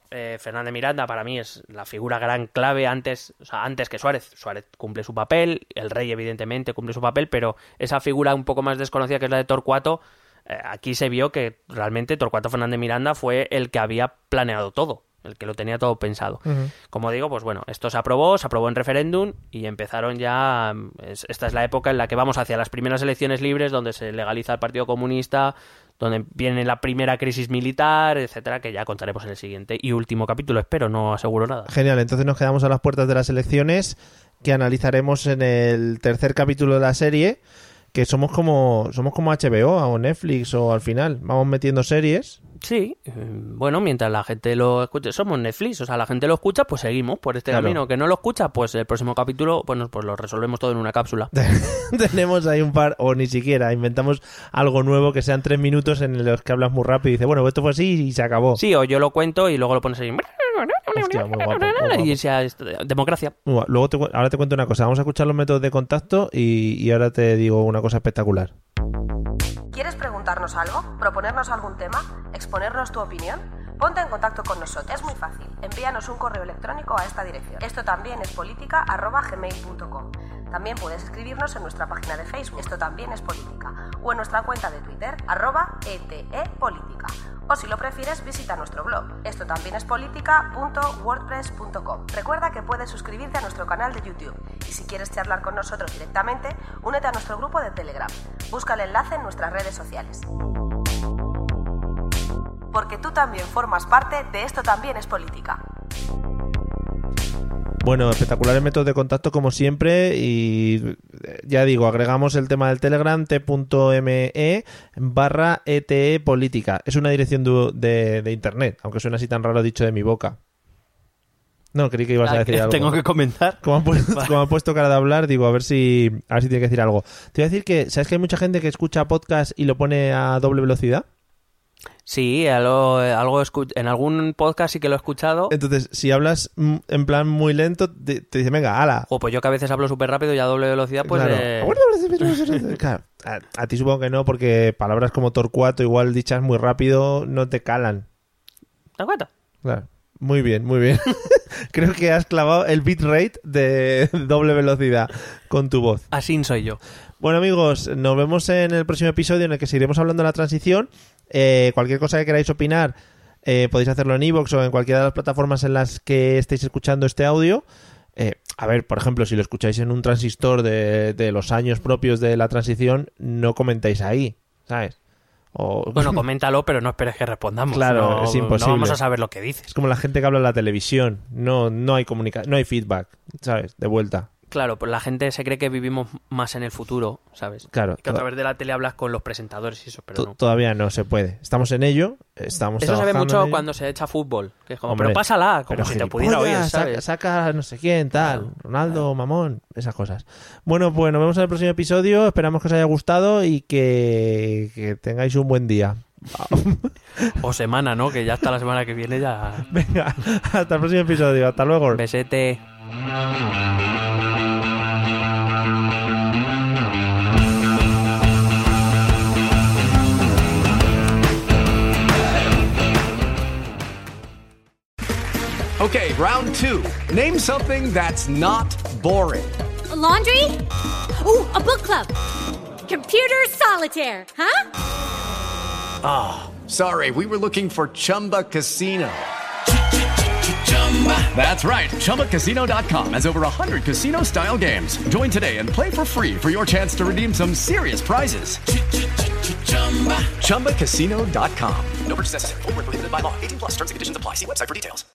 Fernández Miranda para mí es la figura gran clave antes que Suárez. Suárez cumple su papel, el Rey evidentemente cumple su papel, pero esa figura un poco más desconocida que es la de Torcuato, aquí se vio que realmente Torcuato Fernández Miranda fue el que había planeado todo, el que lo tenía todo pensado. Uh-huh. Como digo, pues bueno, esto se aprobó en referéndum y empezaron ya... Esta es la época en la que vamos hacia las primeras elecciones libres, donde se legaliza el Partido Comunista, donde viene la primera crisis militar, etcétera, que ya contaremos en el siguiente y último capítulo, espero, no aseguro nada. Genial, entonces nos quedamos a las puertas de las elecciones, que analizaremos en el tercer capítulo de la serie, que somos como HBO o Netflix, o al final vamos metiendo series. Sí, bueno, mientras la gente lo escuche, somos Netflix, o sea, la gente lo escucha, pues seguimos por este camino. Que no lo escucha, pues el próximo capítulo, pues lo resolvemos todo en una cápsula. Tenemos ahí un par, o ni siquiera, inventamos algo nuevo que sean 3 minutos en los que hablas muy rápido y dices, bueno, esto fue así y se acabó. Sí, o yo lo cuento y luego lo pones ahí. Hostia, muy guapo, muy guapo. Y sea democracia. Luego ahora te cuento una cosa, vamos a escuchar los métodos de contacto y ahora te digo una cosa espectacular. ¿Quieres preguntarnos algo? ¿Proponernos algún tema? ¿Exponernos tu opinión? Ponte en contacto con nosotros. Es muy fácil. Envíanos un correo electrónico a esta dirección. Esto también es política@gmail.com. También puedes escribirnos en nuestra página de Facebook. Esto también es política. O en nuestra cuenta de Twitter, @etepolítica. O si lo prefieres, visita nuestro blog. Esto también es política.wordpress.com. Recuerda que puedes suscribirte a nuestro canal de YouTube. Y si quieres charlar con nosotros directamente, únete a nuestro grupo de Telegram. Busca el enlace en nuestras redes sociales. Porque tú también formas parte de Esto también es política. Bueno, espectaculares métodos de contacto como siempre y ya digo, agregamos el tema del Telegram t.me/etepolítica. Es una dirección de internet, aunque suena así tan raro dicho de mi boca. No, creí que ibas a decir algo. Tengo que comentar. Como han puesto cara de hablar, digo, a ver si tiene que decir algo. Te voy a decir que, ¿sabes que hay mucha gente que escucha podcast y lo pone a doble velocidad? Sí, en algún podcast sí que lo he escuchado. Entonces, si hablas en plan muy lento, te dice, venga, ala. Pues yo que a veces hablo súper rápido y a doble velocidad, pues... Claro. A ti supongo que no, porque palabras como Torcuato, igual dichas muy rápido, no te calan. ¿Torcuato? Claro. Muy bien, muy bien. Creo que has clavado el bitrate de doble velocidad con tu voz. Así soy yo. Bueno, amigos, nos vemos en el próximo episodio en el que seguiremos hablando de la transición. Cualquier cosa que queráis opinar, podéis hacerlo en iVoox o en cualquiera de las plataformas en las que estéis escuchando este audio. A ver, por ejemplo, si lo escucháis en un transistor de los años propios de la transición, no comentéis ahí, ¿sabes? Bueno, coméntalo, pero no esperes que respondamos. Claro, es imposible. No vamos a saber lo que dices. Es como la gente que habla en la televisión. No hay no hay feedback, ¿sabes? De vuelta. Claro, pues la gente se cree que vivimos más en el futuro, ¿sabes? Claro. Que a través de la tele hablas con los presentadores y eso, pero no. Todavía no se puede. Estamos en ello, estamos eso se ve mucho en cuando se echa fútbol. Que es como, hombre, pero pásala, como si te pudiera oír, ¿sabes? Saca no sé quién, tal, claro, Ronaldo, claro, mamón, esas cosas. Bueno, pues nos vemos en el próximo episodio. Esperamos que os haya gustado y que tengáis un buen día. O semana, ¿no? Que ya hasta la semana que viene ya... Venga, hasta el próximo episodio. Hasta luego. Besete. Okay, round 2. Name something that's not boring. A laundry? Ooh, a book club. Computer solitaire, huh? Ah, sorry, we were looking for Chumba Casino. That's right, ChumbaCasino.com has over 100 casino-style games. Join today and play for free for your chance to redeem some serious prizes. ChumbaCasino.com. No purchase necessary. Void where prohibited by law. 18+ terms and conditions apply. See website for details.